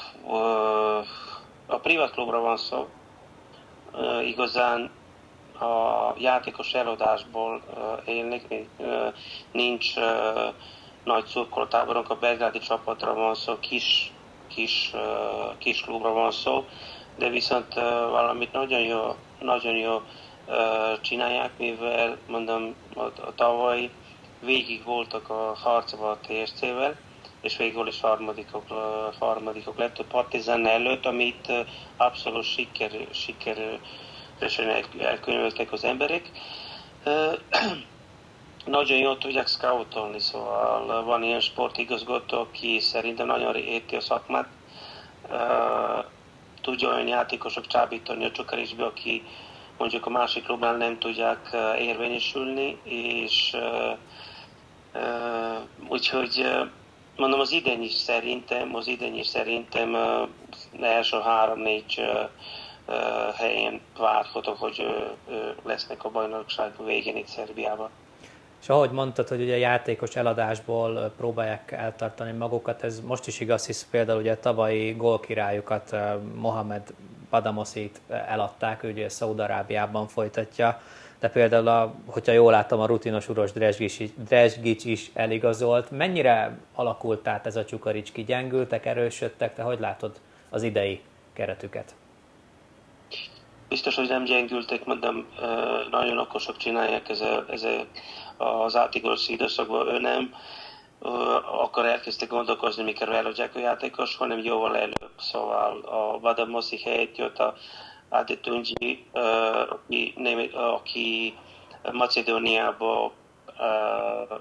A privát klubra van szó. Igazán a játékos eladásból élnek, nincs nagy szurkolótáborunk, a belgrádi csapatra van szó, kis, kis, kis klubra van szó, de viszont valamit nagyon jó, nagyon jó csinálják, mivel mondom, a tavaly végig voltak a harcban a té es cé-vel, és végül is harmadikok, harmadikok lett a Partizán előtt, amit abszolút siker, sikeresen elkönyveltek az emberek. Nagyon jól tudják scoutolni, szóval van ilyen sportigazgató, aki szerintem nagyon érti a szakmát. Tudja olyan játékosok csábítani a Csukaricskibe, aki mondjuk a másik klubnál nem tudják érvényesülni, és úgyhogy mondom, az idén is szerintem, az idén is szerintem uh, első három-négy uh, uh, helyen várható, hogy uh, uh, lesznek a bajnokság végén itt Szerbiában. És ahogy mondtad, hogy ugye játékos eladásból próbálják eltartani magukat, ez most is igaz, hisz például ugye a tavalyi gólkirályukat, uh, Mohamed Badamosit eladták, ő ugye Szaúd-Arábiában folytatja. De például, a, hogyha jól látom, a rutinos Uroš Drezgić is eligazolt. Mennyire alakult át ez a Csukaricski? Gyengültek, erősödtek? Te hogy látod az idei keretüket? Biztos, hogy nem gyengültek, mondom, nagyon okosok csinálják ez, a, ez a, az átigazolási időszakban. Ő nem akkor elkezdtek gondolkozni, mikor eladják a játékos, hanem jóval előbb. Szóval a Badamosi helyett jött a Adetunji, aki, aki Macedóniában uh,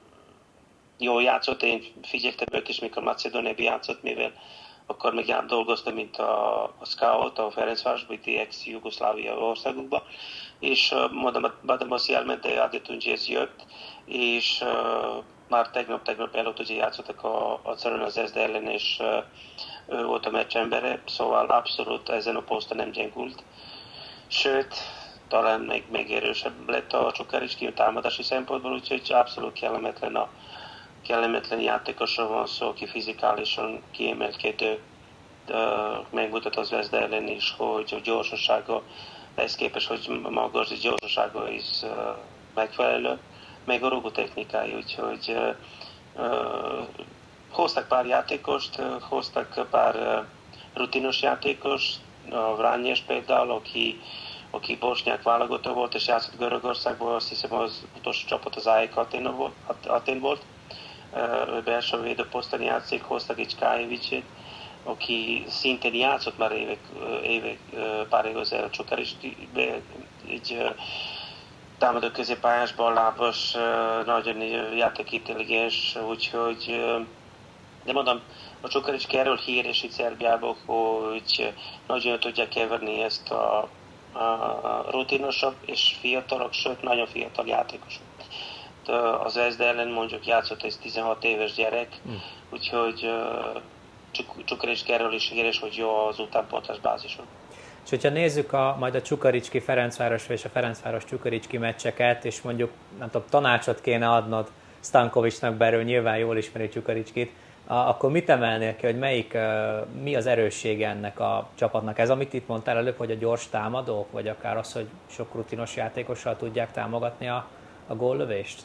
jól játszott, én figyeltem őt is, mikor Macedóniában játszott, mivel akkor még dolgoztam, mint a, a scout a Ferencvárosban, itt ex-Jugoszlávia országokban, és uh, mondom, Badamosi elmente, Adetunjihez jött, és uh, már tegnap-tegnap előtt ugye játszottak a, a Crvena Zvezda ellen, és uh, ő volt a meccs embere, szóval abszolút ezen a poszton nem gyengült. Sőt, talán még, még erősebb lett a Csukaricski támadási szempontból, úgyhogy abszolút kellemetlen, a, kellemetlen játékosról van szó, aki fizikálisan kiemelkedő, megmutat az Zvezda ellen is, hogy a gyorsasága lesz képes, hogy magas gyorsasága is uh, megfelelő, meg a rugó technikája, úgyhogy uh, uh, hoztak pár játékost, hoztak pár rutinos játékost, a Vrányes például, aki, aki bosnyák válogató volt, és játszott Görögországból, azt hiszem az utolsó csapat az á e ká Atén volt, Atén volt. Ő belső védőposzton játszik, hoztak egy Kájevicsit, aki szintén játszott már évek, évek pár évvel a Csukaricskibe, egy támadó középpályás, ballábas, nagyon játékintelligens, úgyhogy de mondom, a Csukaricski erről híres itt Szerbiában, hogy nagyon tudják keverni ezt a, a rutinosabb és fiatalok, sőt nagyon fiatal játékosok. Az Zvezda ellen mondjuk játszott ez tizenhat éves gyerek, mm. úgyhogy uh, Csukaricski erről is híres, hogy jó az utánpótlás bázison. És hogyha nézzük a, majd a Csukaricski-Ferencváros és a Ferencváros-Csukaricski meccseket, és mondjuk nem tudom, tanácsot kéne adnod Stankovicsnak, belül nyilván jól ismeri Csukaricskit, akkor mit emelnél ki, hogy melyik, mi az erőssége ennek a csapatnak? Ez, amit itt mondtál előbb, hogy a gyors támadók, vagy akár az, hogy sok rutinos játékossal tudják támogatni a, a góllövést?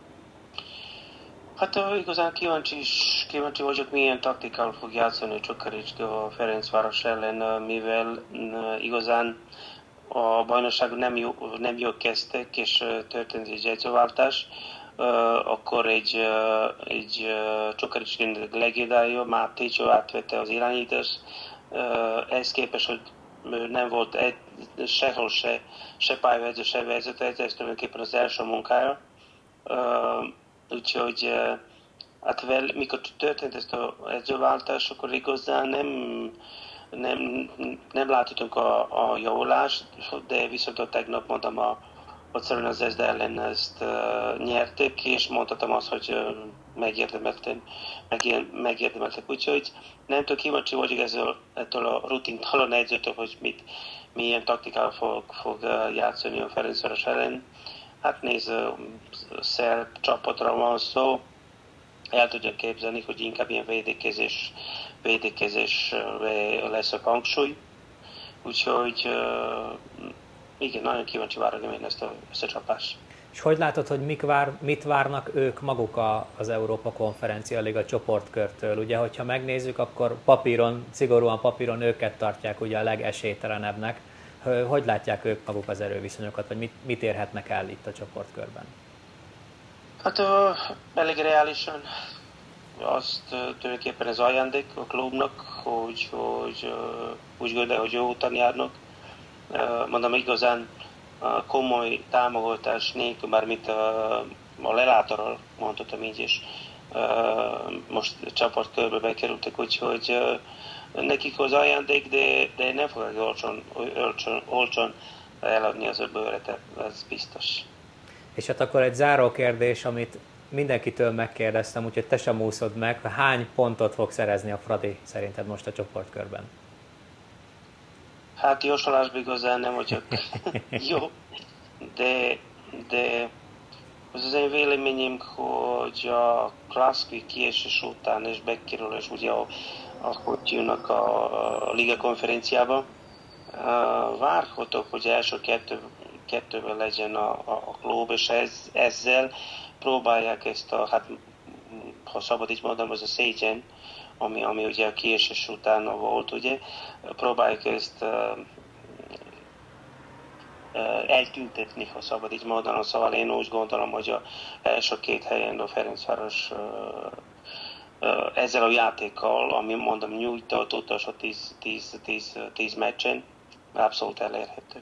Hát uh, igazán kíváncsi, is, kíváncsi vagyok, milyen taktikával fog játszani a Csukaricski a Ferencváros ellen, mivel uh, igazán a bajnokságon nem jó, nem jól kezdtek, és uh, történt egy edzőváltás. Uh, akkor egy, uh, egy uh, Csukaricski legendája, Mátécsó átvette az irányítást. Uh, ehhez képest, hogy nem volt egy, sehol se, se pályaedző, se vezető, ez tulajdonképpen az első munkája. Uh, úgyhogy uh, hát vel, mikor történt ez az edzőváltás, akkor igazán nem, nem, nem láthatunk a, a javulást, de viszont a tegnap mondtam a a Crvena Zvezda ellen ezt uh, nyerték, és mondhatom azt, hogy uh, megérdemeltem, megér, megérdemeltek. Úgyhogy nem tudom, kíváncsi vagyok ezzel, ettől a rutintól a edzőtől, hogy mit, milyen taktikával fog, fog uh, játszani a Ferencváros ellen. Hát nézd, uh, szerb csapatra van szó, el tudja képzelni, hogy inkább ilyen védekezés, védekezés uh, lesz a hangsúly. Úgyhogy uh, igen, nagyon kíváncsi várom én ezt a összecsapást. És hogy látod, hogy mik vár, mit várnak ők maguk a, az Európa Konferencia Liga csoportkörtől? Ugye, hogyha megnézzük, akkor papíron, szigorúan papíron őket tartják ugye a legesélytelenebbnek. Hogy látják ők maguk az erőviszonyokat, vagy mit, mit érhetnek el itt a csoportkörben? Hát uh, elég reálisan azt uh, tulajdonképpen ez ajándék a klubnak, hogy, hogy uh, úgy gondolja, hogy jó úton járnak. Uh, mondom, igazán uh, komoly támogatás nélkül, mármint uh, a lelátorral, mondhatom így is, uh, most csapatkörbe bekerültek, úgyhogy uh, nekik az ajándék, de, de nem fogják olcsón, olcsón, olcsón eladni az öböret, ez biztos. És hát akkor egy záró kérdés, amit mindenkitől megkérdeztem, úgyhogy te sem úszod meg, hány pontot fog szerezni a Fradi szerinted most a csoportkörben? Hát jósolásban igazán nem vagyok jó, de, de az az én véleményem, hogy a Klaszki kiesés után és bekerülés ugye ahogy jönnek a, a Liga konferenciába, várhatok, hogy első kettő, kettőben legyen a, a, a klub, és ez, ezzel próbálják ezt a, hát ha szabad így mondanom, az a szégyen, ami, ami ugye a kiesés után volt, ugye, próbáljuk ezt uh, uh, eltüntetni, ha szabad így mondanom, szóval én úgy gondolom, hogy az első két helyen a Ferencváros uh, uh, ezzel a játékkal, ami mondom nyújtott utolsó tíz meccsen, abszolút elérhető.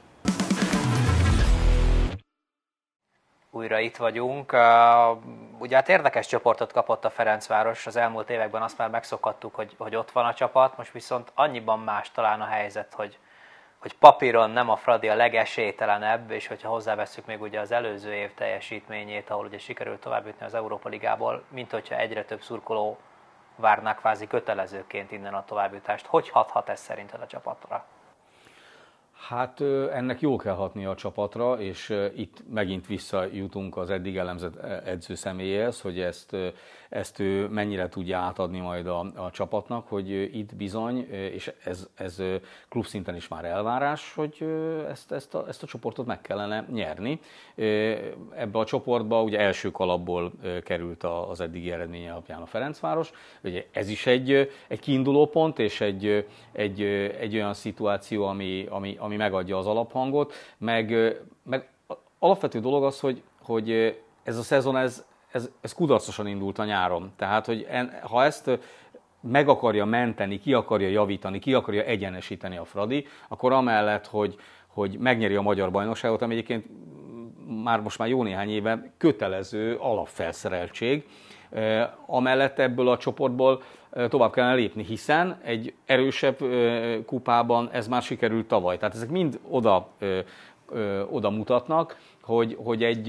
Újra itt vagyunk. Ugye hát érdekes csoportot kapott a Ferencváros, az elmúlt években azt már megszokhattuk, hogy, hogy ott van a csapat, most viszont annyiban más talán a helyzet, hogy, hogy papíron nem a Fradi a legesélytelenebb, és hogyha hozzávesszük még ugye az előző év teljesítményét, ahol ugye sikerült továbbjutni az Európa Ligából, mint hogyha egyre több szurkoló várná kvázi kötelezőként innen a továbbjutást. Hogy hathat ez szerinted a csapatra? Hát ennek jól kell hatnia a csapatra, és itt megint visszajutunk az eddig elemzett edző személyéhez, hogy ezt, ezt ő mennyire tudja átadni majd a, a csapatnak, hogy itt bizony, és ez, ez klubszinten is már elvárás, hogy ezt, ezt, a, ezt a csoportot meg kellene nyerni. Ebbe a csoportba ugye első kalapból került az eddigi eredménye alapján a Ferencváros. Ugye ez is egy, egy kiinduló pont, és egy, egy, egy olyan szituáció, ami, ami, ami megadja az alaphangot, meg, meg alapvető dolog az, hogy, hogy ez a szezon, ez, ez, ez kudarcosan indult a nyáron. Tehát, hogy en, ha ezt meg akarja menteni, ki akarja javítani, ki akarja egyenesíteni a Fradi, akkor amellett, hogy, hogy megnyeri a magyar bajnokságot, ami egyébként már most már jó néhány éve kötelező alapfelszereltség, amellett ebből a csoportból tovább kellene lépni, hiszen egy erősebb kupában ez már sikerült tavaly. Tehát ezek mind oda, oda mutatnak, hogy, hogy egy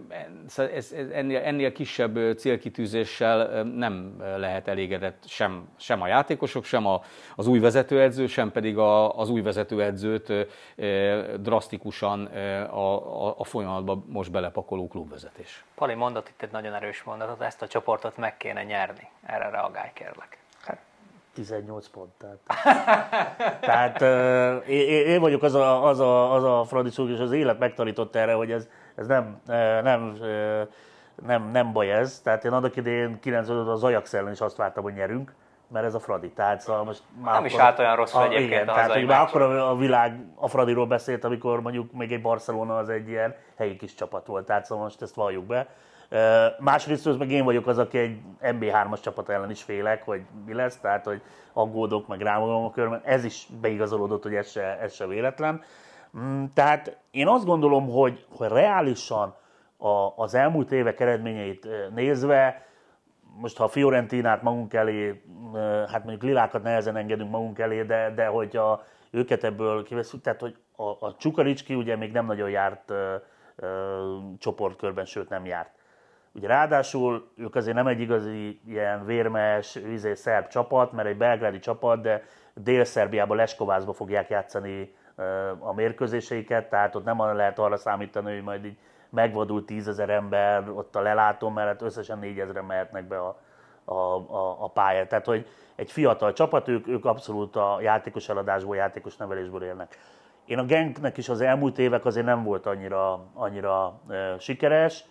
ez, ennél, ennél kisebb célkitűzéssel nem lehet elégedett sem, sem a játékosok, sem a, az új vezetőedző, sem pedig a, az új vezetőedzőt drasztikusan a, a, a folyamatba most belepakoló klubvezetés. Pali mondott itt egy nagyon erős mondatot, ezt a csoportot meg kéne nyerni. Erre reagálj, kérlek. tizennyolc pont. Tehát, tehát uh, én, én vagyok az a, az a, az a Fradi szúr, és az élet megtanított erre, hogy ez, ez nem, nem, nem, nem baj ez. Tehát én annak idején kilencvenötben az Ajax ellen is azt vártam, hogy nyerünk, mert ez a Fradi. Tehát szóval most már nem akkor, is állt olyan rosszul a, egyébként igen, a tehát, hazai hogy már meccs. akkor a, a világ a Fradiról beszélt, amikor mondjuk még egy Barcelona az egy ilyen helyi kis csapat volt. Tehát szóval most ezt valljuk be. Uh, másrészt meg én vagyok az, aki egy en bé hármas csapat ellen is félek, hogy mi lesz, tehát hogy aggódok, meg rámolom a körben. Ez is beigazolódott, hogy ez se, ez se véletlen. Mm, tehát én azt gondolom, hogy, hogy reálisan a, az elmúlt évek eredményeit nézve, most ha a Fiorentinát magunk elé, hát mondjuk lilákat nehezen engedünk magunk elé, de, de hogyha őket ebből kiveszünk, tehát hogy a, a Csukaricski ugye még nem nagyon járt uh, uh, csoportkörben, sőt nem járt. Ugye ráadásul ők azért nem egy igazi ilyen vérmes, izé, szerb csapat, mert egy belgrádi csapat, de Dél-Szerbiában, Leskovázba fogják játszani a mérkőzéseiket, tehát ott nem lehet arra számítani, hogy majd így megvadul tízezer ember ott a lelátón, mert összesen négyezren mehetnek be a, a, a, a pályát. Tehát, hogy egy fiatal csapat, ők, ők abszolút a játékos eladásból, játékos nevelésből élnek. Én a Genknek is az elmúlt évek azért nem volt annyira, annyira e, sikeres.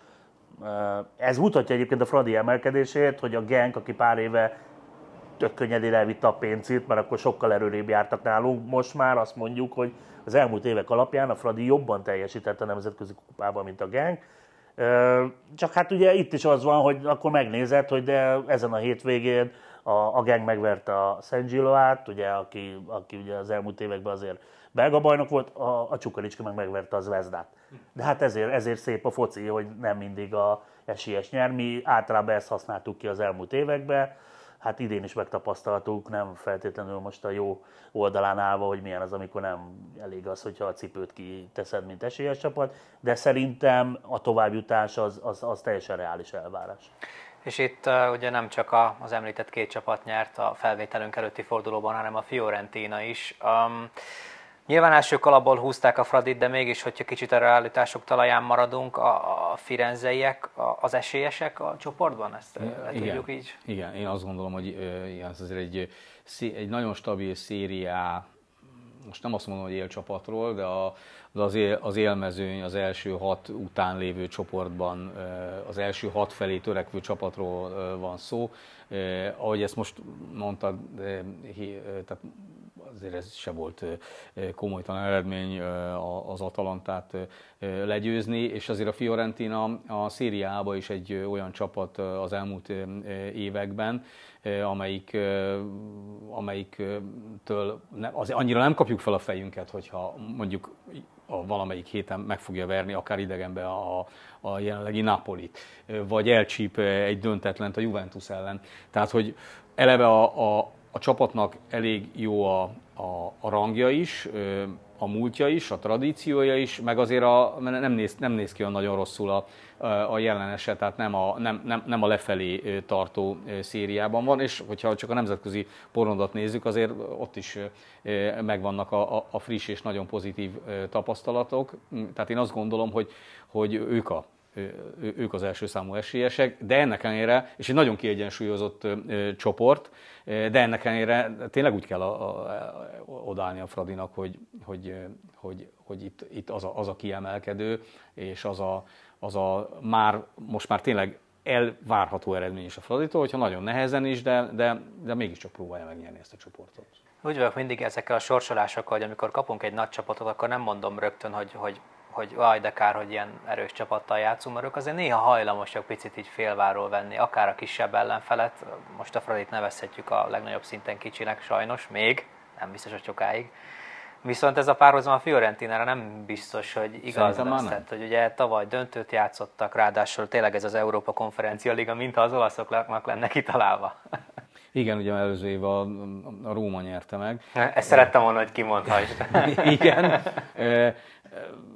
Ez mutatja egyébként a Fradi emelkedését, hogy a Genk, aki pár éve tök könnyedén elvitte a pénzét, mert akkor sokkal erőrébb jártak nálunk, most már azt mondjuk, hogy az elmúlt évek alapján a Fradi jobban teljesített a nemzetközi kupában, mint a Genk. Csak hát ugye itt is az van, hogy akkor megnézed, hogy de ezen a hétvégén a, a Genk megverte a Szent Gilloát, ugye, aki, aki ugye az elmúlt években azért belga bajnok volt, a, a Csukaricski meg megverte a Zvezdát. De hát ezért, ezért szép a foci, hogy nem mindig a esélyes nyer. Mi általában ezt használtuk ki az elmúlt években. Hát idén is megtapasztaltuk, nem feltétlenül most a jó oldalán állva, hogy milyen az, amikor nem elég az, hogyha a cipőt kiteszed, mint esélyes csapat, de szerintem a továbbjutás az, az, az teljesen reális elvárás. És itt uh, ugye nem csak a, az említett két csapat nyert a felvételünk előtti fordulóban, hanem a Fiorentina is. Um, Nyilván első kalapból húzták a Fradit, de mégis, hogyha kicsit a realitások talaján maradunk, a, a firenzeiek a, az esélyesek a csoportban? Ezt igen, tudjuk így? Igen, én azt gondolom, hogy ez azért egy, egy nagyon stabil szériá, most nem azt mondom, hogy élcsapatról, de a, az, él, az élmezőny az első hat után lévő csoportban, az első hat felé törekvő csapatról van szó. Ahogy ezt most mondtad, tehát azért ez se volt komolytalan eredmény az Atalantát legyőzni, és azért a Fiorentina a Szériában is egy olyan csapat az elmúlt években, amelyik, amelyiktől azért annyira nem kapjuk fel a fejünket, hogyha mondjuk a valamelyik héten meg fogja verni, akár idegenbe a, a jelenlegi Napolit, vagy elcsíp egy döntetlent a Juventus ellen. Tehát, hogy eleve a, a, a csapatnak elég jó a, a, a rangja is, a múltja is, a tradíciója is, meg azért a, nem, néz, nem néz ki olyan nagyon rosszul a, a jelen eset, tehát nem a, nem, nem, nem a lefelé tartó szériában van, és hogyha csak a nemzetközi porondot nézzük, azért ott is megvannak a, a friss és nagyon pozitív tapasztalatok. Tehát én azt gondolom, hogy, hogy ők a ők az első számú esélyesek, de ennek ellenére, és egy nagyon kiegyensúlyozott ö, csoport, de ennek ellenére tényleg úgy kell a, a, odállni a Fradinak, hogy, hogy, hogy, hogy itt, itt az, a, az a kiemelkedő, és az a, az a már, most már tényleg elvárható eredmény is a Fraditól, hogyha nagyon nehezen is, de, de, de mégiscsak próbálja megnyerni ezt a csoportot. Úgy vagyok mindig ezekkel a sorsolásokkal, hogy amikor kapunk egy nagy csapatot, akkor nem mondom rögtön, hogy, hogy hogy vaj, de kár, hogy ilyen erős csapattal játszunk, mert ők azért néha hajlamosak picit így félváról venni, akár a kisebb ellenfelet, most a Fradit nevezhetjük a legnagyobb szinten kicsinek sajnos, még, nem biztos, hogy sokáig. Viszont ez a párhuzam a Fiorentinára nem biztos, hogy igaz lesz. Tehát, hogy ugye tavaly döntőt játszottak, ráadásul tényleg ez az Európa Konferencia Liga, mintha az olaszoknak lenne kitalálva. Igen, ugye előző év a, a Róma nyerte meg. Ezt szerettem volna, hogy kimondhassd. Igen.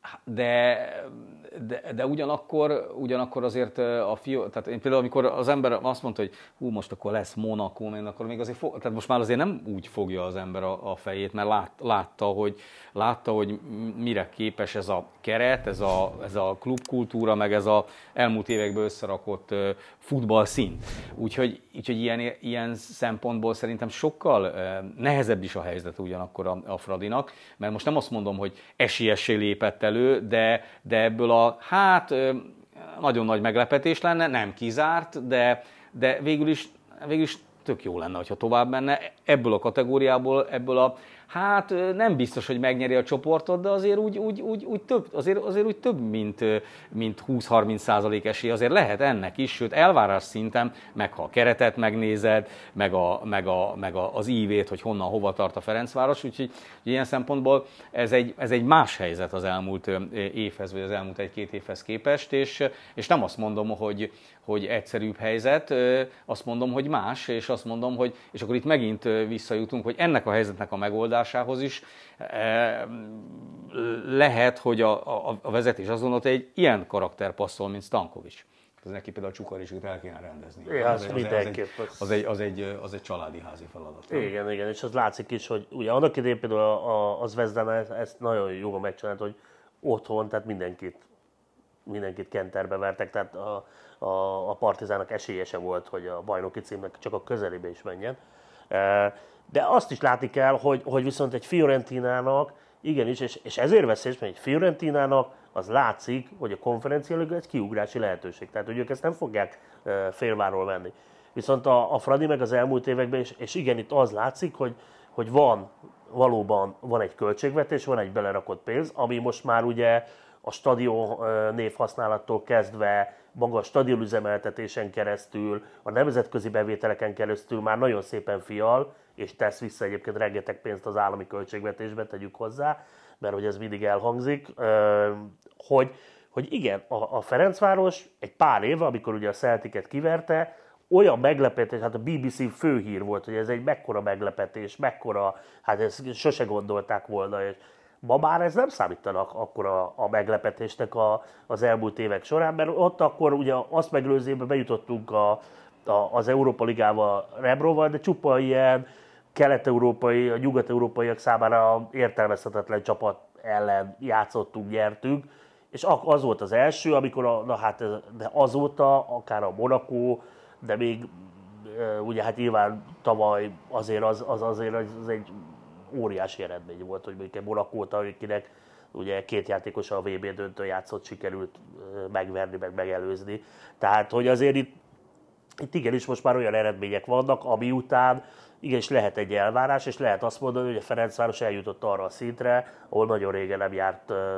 De, de, de ugyanakkor, ugyanakkor azért a fiú, tehát én például amikor az ember azt mondta, hogy hú, most akkor lesz Monaco, én akkor még azért fog, tehát most már azért nem úgy fogja az ember a, a fejét, mert lát, látta, hogy, látta, hogy mire képes ez a keret, ez a, ez a klubkultúra, meg ez az elmúlt években összerakott futballszint. Úgyhogy, úgyhogy ilyen, ilyen szempontból szerintem sokkal nehezebb is a helyzet ugyanakkor a, a Fradinak, mert most nem azt mondom, hogy esélyessé lépett elő, de, de ebből a, hát nagyon nagy meglepetés lenne, nem kizárt, de, de végül is, végül is tök jó lenne, ha tovább menne. Ebből a kategóriából, ebből a, hát nem biztos, hogy megnyeri a csoportot, de azért úgy, úgy, úgy, úgy több, azért, azért úgy több, mint, mint húsz-harminc százalék esély, azért lehet ennek is, sőt elvárás szinten, meg ha a keretet megnézed, meg, a, meg, a, meg a, az ívét, hogy honnan, hova tart a Ferencváros, úgyhogy ilyen szempontból ez egy, ez egy más helyzet az elmúlt évhez, vagy az elmúlt egy-két évhez képest, és, és nem azt mondom, hogy, hogy egyszerűbb helyzet, azt mondom, hogy más, és azt mondom, hogy, és akkor itt megint visszajutunk, hogy ennek a helyzetnek a megoldásához is lehet, hogy a, a, a vezetés azt gondolta, hogy egy ilyen karakter passzol, mint Stankovics. Ez neki például a csukarizsét el kéne rendezni. Ja, az, az, az, egy, az, egy, az, egy, az egy családi házi feladat. Igen, igen, és az látszik is, hogy ugye annak idején például a, a Zvezdán ezt nagyon jól megcsinált, hogy otthon, tehát mindenkit, mindenkit kenterbe vertek, tehát a, a, a Partizának esélyese volt, hogy a bajnoki címnek csak a közelébe is menjen. De azt is látni kell, hogy, hogy viszont egy Fiorentinának, igenis, és, és ezért veszélyes, mert egy Fiorentinának az látszik, hogy a Konferencia Liga egy kiugrási lehetőség. Tehát, hogy ők ezt nem fogják félváról venni. Viszont a, a Fradi meg az elmúlt években, és, és igen, itt az látszik, hogy, hogy van, valóban van egy költségvetés, van egy belerakott pénz, ami most már ugye a stadion névhasználattól kezdve, maga a stadionüzemeltetésen keresztül, a nemzetközi bevételeken keresztül már nagyon szépen fial, és tesz vissza egyébként rengeteg pénzt az állami költségvetésbe, tegyük hozzá, mert hogy ez mindig elhangzik, hogy, hogy igen, a, a Ferencváros egy pár éve, amikor ugye a Celticet kiverte, olyan meglepetés, hát a bé bé cé főhír volt, hogy ez egy mekkora meglepetés, mekkora, hát ezt sose gondolták volna, és ma már ez nem számítanak akkor a, a meglepetésnek a, az elmúlt évek során, mert ott akkor ugye azt megelőzőben bejutottunk a, a, az Európa Ligával Rebroval, de csupa ilyen kelet-európai, a nyugat-európaiak számára értelmezhetetlen csapat ellen játszottunk, nyertünk, és az volt az első, amikor a, na hát de azóta akár a Monaco, de még ugye hát nyilván tavaly azért az, az azért az egy óriási eredmény volt, hogy mondjuk egy Monacót, akinek ugye két játékosa a vé bé döntőn játszott, sikerült megverni, meg megelőzni. Tehát, hogy azért itt, itt igenis most már olyan eredmények vannak, ami után igenis lehet egy elvárás, és lehet azt mondani, hogy a Ferencváros eljutott arra a szintre, ahol nagyon régen nem járt ö,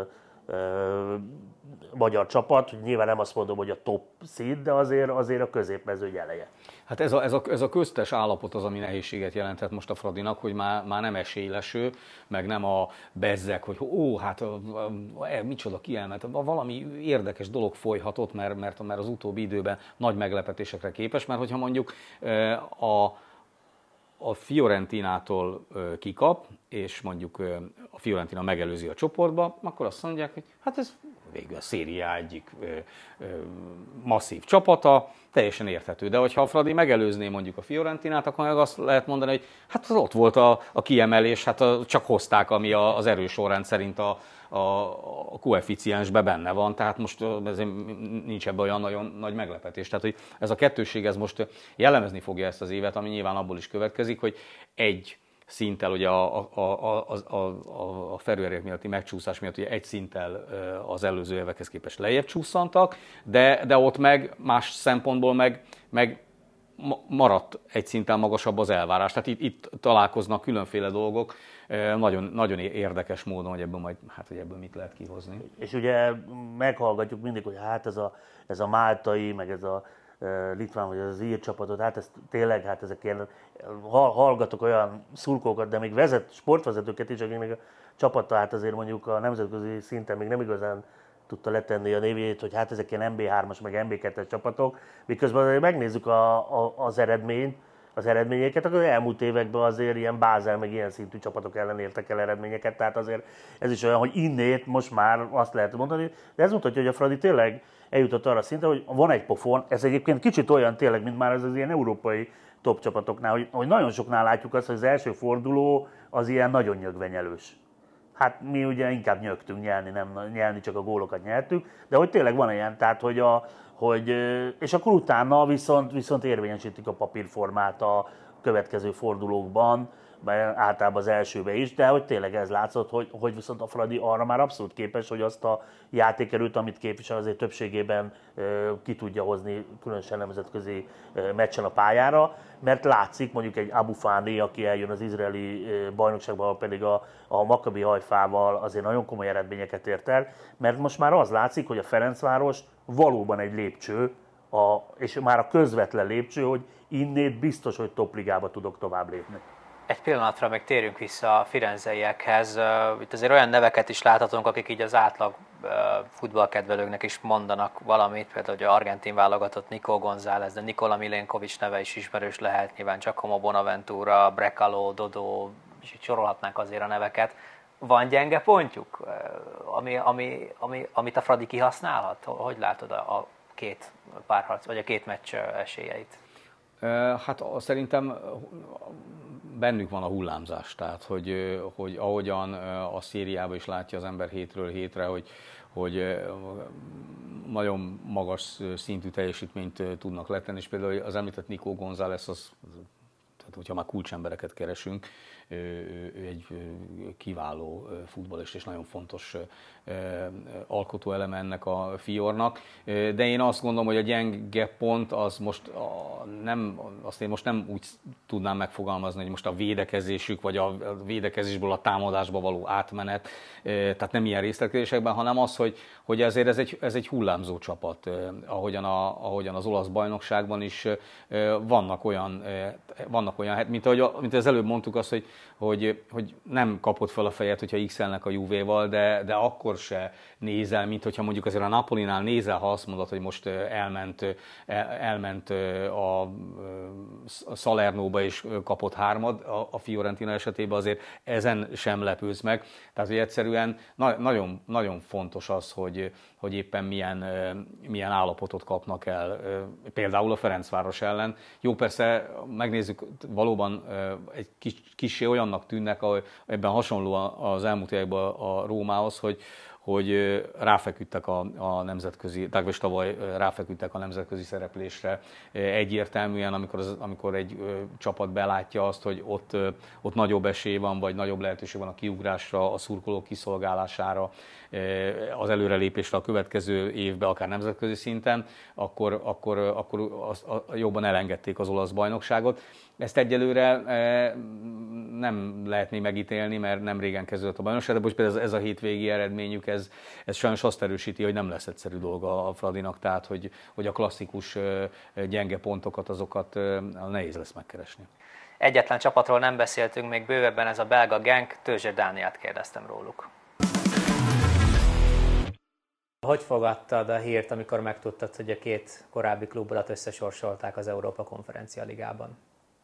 ö, magyar csapat, hogy nyilván nem azt mondom, hogy a top szint, de azért, azért a középmezőny eleje. Hát ez a, ez, a, ez a köztes állapot az, ami nehézséget jelentett most a Fradinak, hogy már, már nem esélyleső, meg nem a bezzeg, hogy ó, hát a, a, a, micsoda kiemelt, valami érdekes dolog folyhatott, mert, mert, mert az utóbbi időben nagy meglepetésekre képes, mert hogyha mondjuk a a Fiorentinától kikap, és mondjuk a Fiorentina megelőzi a csoportba, akkor azt mondják, hogy hát ez végül a Serie A egyik masszív csapata, teljesen érthető. De hogyha a Fradi megelőzné mondjuk a Fiorentinát, akkor meg azt lehet mondani, hogy hát ott volt a, a kiemelés, hát a, csak hozták, ami a, az erős sorrend szerint a, a, a koeficiensben benne van, tehát most ezért nincs ebben olyan nagyon nagy meglepetés. Tehát, hogy ez a kettősség ez most jellemezni fogja ezt az évet, ami nyilván abból is következik, hogy egy szinttel, ugye a, a, a, a, a, a ferőerők miatti megcsúszás miatt ugye egy szinttel az előző évekhez képest lejjebb csúszantak, de, de ott meg más szempontból meg, meg maradt egy szinten magasabb az elvárás. Tehát itt, itt találkoznak különféle dolgok, nagyon, nagyon érdekes módon, hogy ebből majd, hát hogy ebből mit lehet kihozni. És ugye meghallgatjuk mindig, hogy hát ez a, ez a máltai, meg ez a litván vagy az ír csapatot, hát ez tényleg, hát ezek ilyen, hallgatok olyan szurkolókat, de még vezet, sportvezetőket is, akiknek a csapata, hát azért mondjuk a nemzetközi szinten még nem igazán tudta letenni a névét, hogy hát ezek ilyen em bé hármas meg em bé kettes csapatok, miközben megnézzük a, a, az eredményt, az eredményeket, akkor az elmúlt években azért ilyen Bázel meg ilyen szintű csapatok ellen értek el eredményeket, tehát azért ez is olyan, hogy innét most már azt lehet mondani, de ez mutatja, hogy a Fradi tényleg eljutott arra szintre, hogy van egy pofon, ez egyébként kicsit olyan tényleg, mint már ez az ilyen európai top csapatoknál, hogy, hogy nagyon soknál látjuk azt, hogy az első forduló az ilyen nagyon nyögvenyelős. Hát mi ugye inkább nyögtünk nyelni, nem nyelni, csak a gólokat nyertük, de hogy tényleg van ilyen, tehát hogy, a, hogy és akkor utána viszont, viszont érvényesítik a papírformát a következő fordulókban, általában az elsőbe is, de hogy tényleg ez látszott, hogy, hogy viszont a Fradi arra már abszolút képes, hogy azt a játékerőt, amit képvisel, azért többségében ki tudja hozni, különösen nemzetközi meccsen a pályára, mert látszik mondjuk egy Abu Fani, aki eljön az izraeli bajnokságban, pedig a, a Maccabi Hajfával azért nagyon komoly eredményeket ért el, mert most már az látszik, hogy a Ferencváros valóban egy lépcső, a, és már a közvetlen lépcső, hogy innét biztos, hogy topligába tudok tovább lépni. Egy pillanatra még térjünk vissza a firenzeiekhez. Itt azért olyan neveket is láthatunk, akik így az átlag futballkedvelőknek is mondanak valamit, például hogy argentin válogatott Nico González, de Nikola Milenkovic neve is ismerős lehet, nyilván Giacomo Bonaventura, Brecalo, Dodó, és sorolhatnánk azért a neveket. Van gyenge pontjuk, ami, ami, ami, amit a Fradi kihasználhat? Hogy látod a, a két párharc, vagy a két meccs esélyeit? Hát szerintem bennük van a hullámzás, tehát hogy, hogy ahogyan a szériában is látja az ember hétről hétre, hogy, hogy nagyon magas szintű teljesítményt tudnak letenni, és például az említett Nico González, az, tehát hogyha már kulcsembereket keresünk, ő egy kiváló futballista és nagyon fontos alkotó eleme ennek a Fiornak, de én azt gondolom, hogy a gyenge pont az most nem, azt én most nem úgy tudnám megfogalmazni, hogy most a védekezésük, vagy a védekezésből a támadásba való átmenet, tehát nem ilyen részletkérdésekben, hanem az, hogy, hogy ezért ez egy, ez egy hullámzó csapat, ahogyan, a, ahogyan az olasz bajnokságban is vannak olyan, vannak olyan, mint ahogy mint az előbb mondtuk azt, hogy, hogy, hogy nem kapott fel a fejet, hogyha X-elnek a Juvéval, de, de akkor se nézel, mint hogyha mondjuk azért a Napolinál nézel, ha azt mondod, hogy most elment, elment a Salernóba és kapott hármad, a Fiorentina esetében azért ezen sem lepőz meg. Tehát, hogy egyszerűen nagyon, nagyon fontos az, hogy, hogy éppen milyen, milyen állapotot kapnak el, például a Ferencváros ellen. Jó, persze megnézzük, valóban egy kis, kissé olyannak tűnnek, ahogy ebben hasonló az elmúlt években a Rómához, hogy, hogy ráfeküdtek a, a nemzetközi, tehát tavaly ráfeküdtek a nemzetközi szereplésre egyértelműen, amikor, az, amikor egy ö, csapat belátja azt, hogy ott, ö, ott nagyobb esély van, vagy nagyobb lehetőség van a kiugrásra, a szurkolók kiszolgálására, az előrelépésre a következő évben, akár nemzetközi szinten, akkor, akkor, akkor az, a, jobban elengedték az olasz bajnokságot. Ezt egyelőre nem lehet még megítélni, mert nem régen kezdődött a bajnokság, de most például ez a hétvégi eredményük, ez, ez sajnos azt erősíti, hogy nem lesz egyszerű dolga a Fradinak, tehát hogy, hogy a klasszikus gyenge pontokat, azokat nehéz lesz megkeresni. Egyetlen csapatról nem beszéltünk még bővebben, ez a belga Genk, Tőzsér Dánielt kérdeztem róluk. Hogy fogadtad a hírt, amikor megtudtad, hogy a két korábbi klubodat összesorsolták az Európa Konferencia Ligában?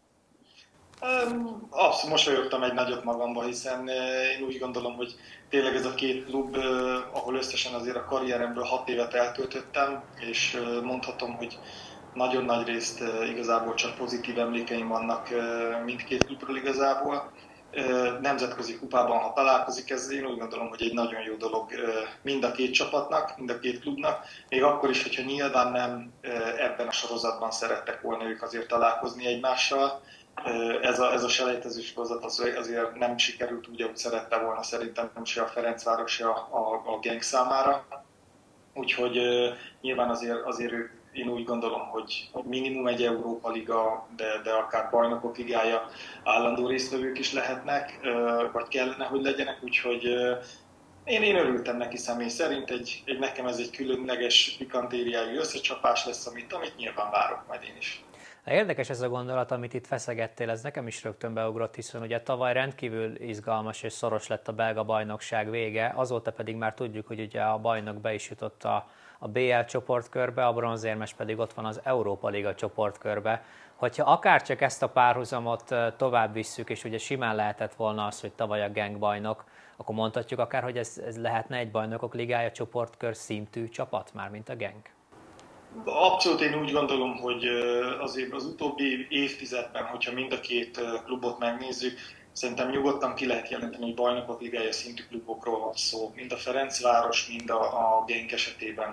Azt mosolyogtam egy nagyot magamba, hiszen én úgy gondolom, hogy tényleg ez a két klub, ahol összesen azért a karrieremből hat évet eltöltöttem, és mondhatom, hogy nagyon nagy részt igazából csak pozitív emlékeim vannak mindkét klubról igazából. Nemzetközi kupában, ha találkozik, ez én úgy gondolom, hogy egy nagyon jó dolog mind a két csapatnak, mind a két klubnak, még akkor is, hogyha nyilván nem ebben a sorozatban szerettek volna ők azért találkozni egymással. Ez a, ez a selejtező sorozat az, azért nem sikerült úgy, ahogy szerette volna, szerintem nem se a Ferencváros, se a, a, a Genk számára. Úgyhogy uh, nyilván azért, azért ők, én úgy gondolom, hogy minimum egy Európa Liga, de, de akár Bajnokok Ligája állandó résztvevők is lehetnek, uh, vagy kellene, hogy legyenek. Úgyhogy uh, én, én örültem neki személy szerint, egy, egy, nekem ez egy különleges pikantériájú összecsapás lesz, amit, amit nyilván várok majd én is. Érdekes ez a gondolat, amit itt feszegettél, ez nekem is rögtön beugrott, hiszen ugye tavaly rendkívül izgalmas és szoros lett a belga bajnokság vége, azóta pedig már tudjuk, hogy ugye a bajnok be is jutott a, a bé el csoportkörbe, a bronzérmes pedig ott van az Európa Liga csoportkörbe. Hogyha akár csak ezt a párhuzamot tovább visszük, és ugye simán lehetett volna az, hogy tavaly a Genk bajnok, akkor mondhatjuk akár, hogy ez, ez lehetne egy bajnokok ligája csoportkör szintű csapat már, mint a Genk? Abszolút én úgy gondolom, hogy azért az utóbbi évtizedben, hogyha mind a két klubot megnézzük, szerintem nyugodtan ki lehet jelenteni, hogy bajnokok ligája szintű klubokról van szó, mind a Ferencváros, mind a, a Genk esetében.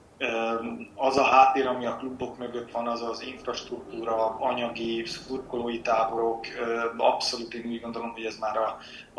Az a háttér, ami a klubok mögött van, az az infrastruktúra, anyagi, szurkolói táborok, abszolút én úgy gondolom, hogy ez már a, a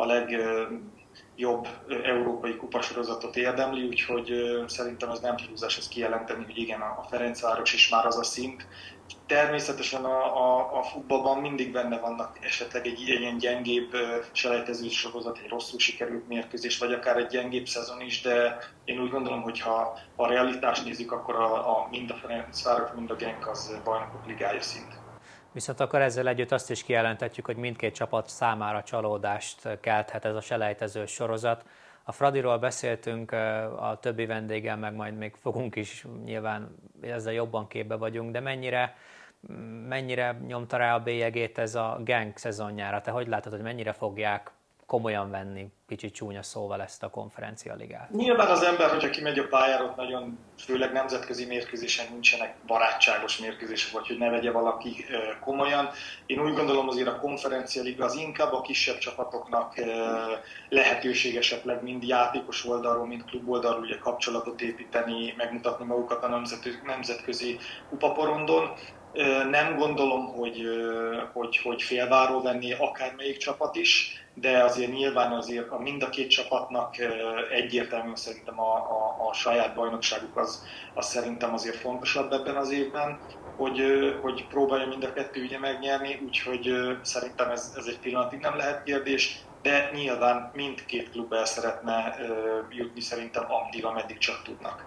legjobb európai kupasorozatot érdemli, úgyhogy szerintem ez nem túlzás ezt kijelenteni, hogy igen, a Ferencváros is már az a szint. Természetesen a, a, a futballban mindig benne vannak esetleg egy ilyen gyengébb selejtező sorozat, egy rosszul sikerült mérkőzés, vagy akár egy gyengébb szezon is, de én úgy gondolom, hogy ha a realitást nézzük, akkor a, a, mind a Ferencváros, mind a Genk az bajnokok ligája szint. Viszont akkor ezzel együtt azt is kijelenthetjük, hogy mindkét csapat számára csalódást kelthet ez a selejtező sorozat. A Fradiról beszéltünk, a többi vendéggel, meg majd még fogunk is, nyilván ezzel jobban képbe vagyunk, de mennyire, mennyire nyomta rá a bélyegét ez a Genk szezonjára? Te hogy látod, hogy mennyire fogják komolyan venni, kicsit csúnya szóval, ezt a konferencialigát? Nyilván az ember, hogyha kimegy a pályára, ott nagyon, főleg nemzetközi mérkőzésen nincsenek barátságos mérkőzések, vagy hogy ne vegye valaki komolyan. Én úgy gondolom, azért a konferencialiga az inkább a kisebb csapatoknak lehetőség esetleg mind játékos oldalról, mind klub oldalról ugye kapcsolatot építeni, megmutatni magukat a nemzetközi kupaporondon. Nem gondolom, hogy, hogy, hogy félváról venni akármelyik csapat is, de azért nyilván azért a mind a két csapatnak egyértelműen szerintem a, a, a saját bajnokságuk az, az szerintem azért fontosabb ebben az évben, hogy, hogy próbálja mind a kettő ugye megnyerni, úgyhogy szerintem ez, ez egy pillanatig nem lehet kérdés, de nyilván mindkét klub el szeretne jutni szerintem addig, ameddig csak tudnak.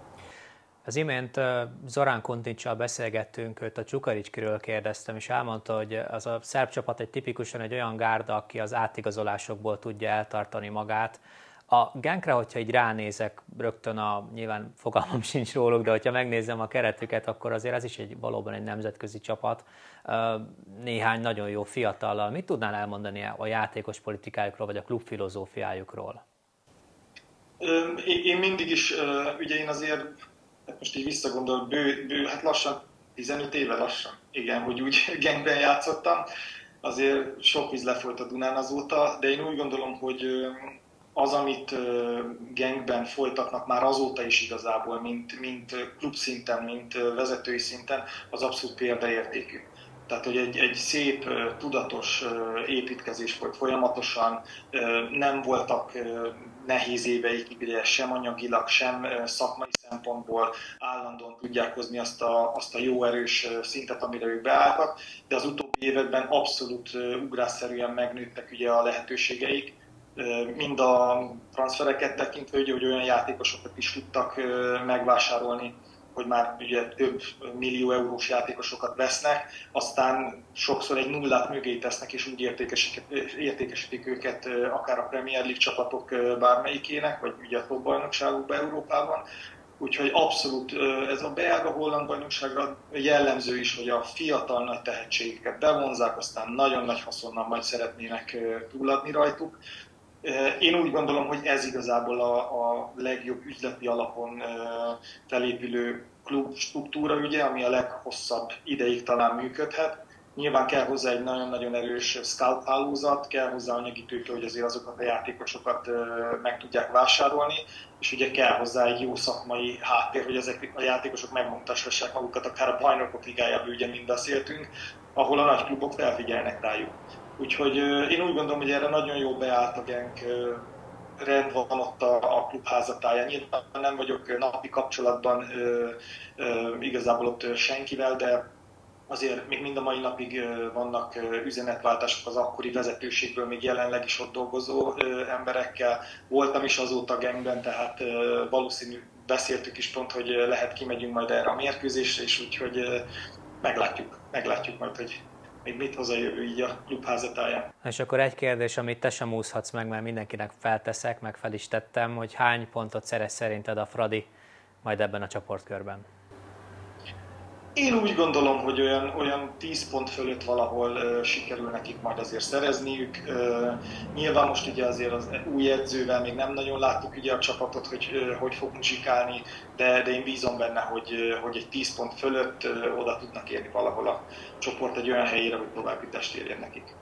Az imént Zorán Kontincsal beszélgettünk, őt a Csukaricskiről kérdeztem, és elmondta, hogy az a szerb csapat egy tipikusan egy olyan gárda, aki az átigazolásokból tudja eltartani magát. A Genkre, hogyha így ránézek, rögtön a, nyilván fogalmam sincs róluk, de hogyha megnézem a keretüket, akkor azért ez is egy, valóban egy nemzetközi csapat, néhány nagyon jó fiatallal. Mit tudnál elmondani a játékos politikájukról, vagy a klub filozófiájukról? Én mindig is, ugye én azért, most így visszagondolok, bő, bő, hát lassan, tizenöt éve lassan, igen, hogy úgy Genkben játszottam. Azért sok víz lefolyt a Dunán azóta, de én úgy gondolom, hogy az, amit Genkben folytatnak már azóta is igazából, mint, mint klubszinten, mint vezetői szinten, az abszolút példaértékű. Tehát, hogy egy, egy szép, tudatos építkezés volt folyamatosan, nem voltak nehéz éveik, ugye sem anyagilag, sem szakmai szempontból állandóan tudják hozni azt a, azt a jó erős szintet, amire ők beálltak, de az utóbbi években abszolút ugrásszerűen megnőttek ugye a lehetőségeik, mind a transfereket tekintve, ugye, hogy olyan játékosokat is tudtak megvásárolni, hogy már ugye több millió eurós játékosokat vesznek, aztán sokszor egy nullát mögé tesznek, és úgy értékesítik, értékesítik őket akár a Premier League csapatok bármelyikének, vagy ugye a top bajnokságokban Európában. Úgyhogy abszolút ez a belga holland bajnokságra jellemző is, hogy a fiatal nagy tehetségeket bevonzák, aztán nagyon nagy haszonnal majd szeretnének túladni rajtuk. Én úgy gondolom, hogy ez igazából a, a legjobb üzleti alapon felépülő klub struktúra, ugye, ami a leghosszabb ideig talán működhet. Nyilván kell hozzá egy nagyon-nagyon erős scout hálózat, kell hozzá anyagi tőke, hogy azért azokat a játékosokat meg tudják vásárolni, és ugye kell hozzá egy jó szakmai háttér, hogy ezek a játékosok megmutassák magukat, akár a bajnokok ligájában ugye mind beszéltünk, ahol a nagy klubok felfigyelnek rájuk. Úgyhogy én úgy gondolom, hogy erre nagyon jó beállt a Genk, rend van ott a, a klub házatáján. Nyilván nem vagyok napi kapcsolatban igazából ott senkivel, de azért még mind a mai napig vannak üzenetváltások az akkori vezetőségből, még jelenleg is ott dolgozó emberekkel. Voltam is azóta Genkben, tehát valószínű beszéltük is pont, hogy lehet kimegyünk majd erre a mérkőzésre, és úgyhogy meglátjuk, meglátjuk majd, hogy még mit hoz a jövő így a klub házatáján. És akkor egy kérdés, amit te sem úszhatsz meg, mert mindenkinek felteszek, meg fel is tettem, hogy hány pontot szerez szerinted a Fradi majd ebben a csoportkörben? Én úgy gondolom, hogy olyan, olyan tíz pont fölött valahol uh, sikerül nekik majd azért szerezniük. Uh, nyilván most ugye azért az új edzővel még nem nagyon láttuk ugye a csapatot, hogy uh, hogy fog muzsikálni, de, de én bízom benne, hogy, uh, hogy egy tíz pont fölött uh, oda tudnak érni valahol a csoport egy olyan helyére, hogy továbbjutást érjen nekik.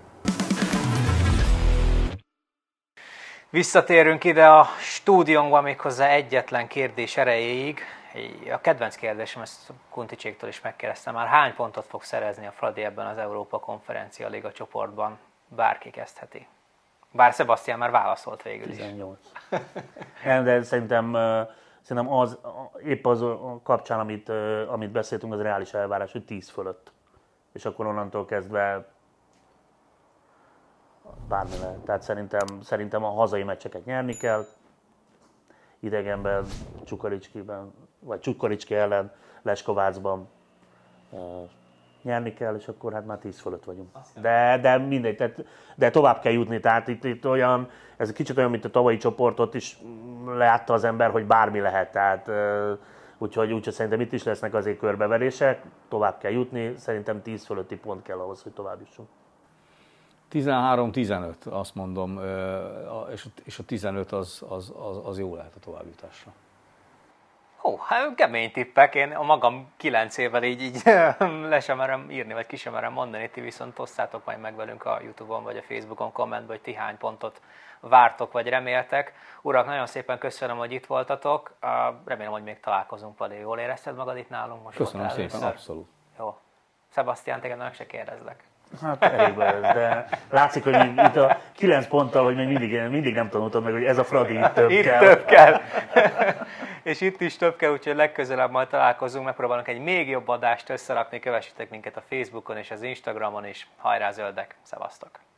Visszatérünk ide a stúdiónkba méghozzá egyetlen kérdés erejéig. A kedvenc kérdésem, ezt Kunticséktől is megkérdeztem már, hány pontot fog szerezni a Fradi ebben az Európa Konferencia Liga csoportban? Bárki kezdheti. Bár Sebastian már válaszolt végül is. tizennyolc. De szerintem, szerintem az, épp az kapcsán, amit, amit beszéltünk, az reális elvárás, hogy tíz fölött. És akkor onnantól kezdve bármi lehet. Tehát szerintem, szerintem a hazai meccseket nyerni kell, idegenben, Csukaricskiben, vagy Csukaricski ellen, Leskovácban uh, nyerni kell, és akkor hát már tíz fölött vagyunk. De, de mindegy, tehát, de tovább kell jutni, tehát itt, itt olyan, ez egy kicsit olyan, mint a tavalyi csoportot is látta az ember, hogy bármi lehet, tehát uh, úgyhogy, úgyhogy szerintem itt is lesznek azért körbeverések, tovább kell jutni, szerintem tíz fölötti pont kell ahhoz, hogy tovább jussunk. tizenhárom tizenöt, azt mondom, és a tizenöt az, az, az, az jó lehet a továbbjutásra. Hó, hát kemény tippek, én a magam kilenc évvel így, így le sem merem írni, vagy ki sem merem mondani, ti viszont osszátok majd meg velünk a YouTube-on, vagy a Facebookon kommentben, hogy ti hány pontot vártok, vagy reméltek. Urak, nagyon szépen köszönöm, hogy itt voltatok, remélem, hogy még találkozunk, Pali. Jól érezted magad itt nálunk? Most köszönöm szépen, először? Abszolút. Jó. Sebastian, téged meg se kérdezlek. Hát elégbe ez, de látszik, hogy itt a kilenc ponttal, hogy még mindig, mindig nem tanultam meg, hogy ez a Fradi itt több itt kell. több kell. És itt is több kell, úgyhogy legközelebb majd találkozunk, megpróbálunk egy még jobb adást összerakni, kövessetek minket a Facebookon és az Instagramon is. Hajrá zöldek, szevasztok!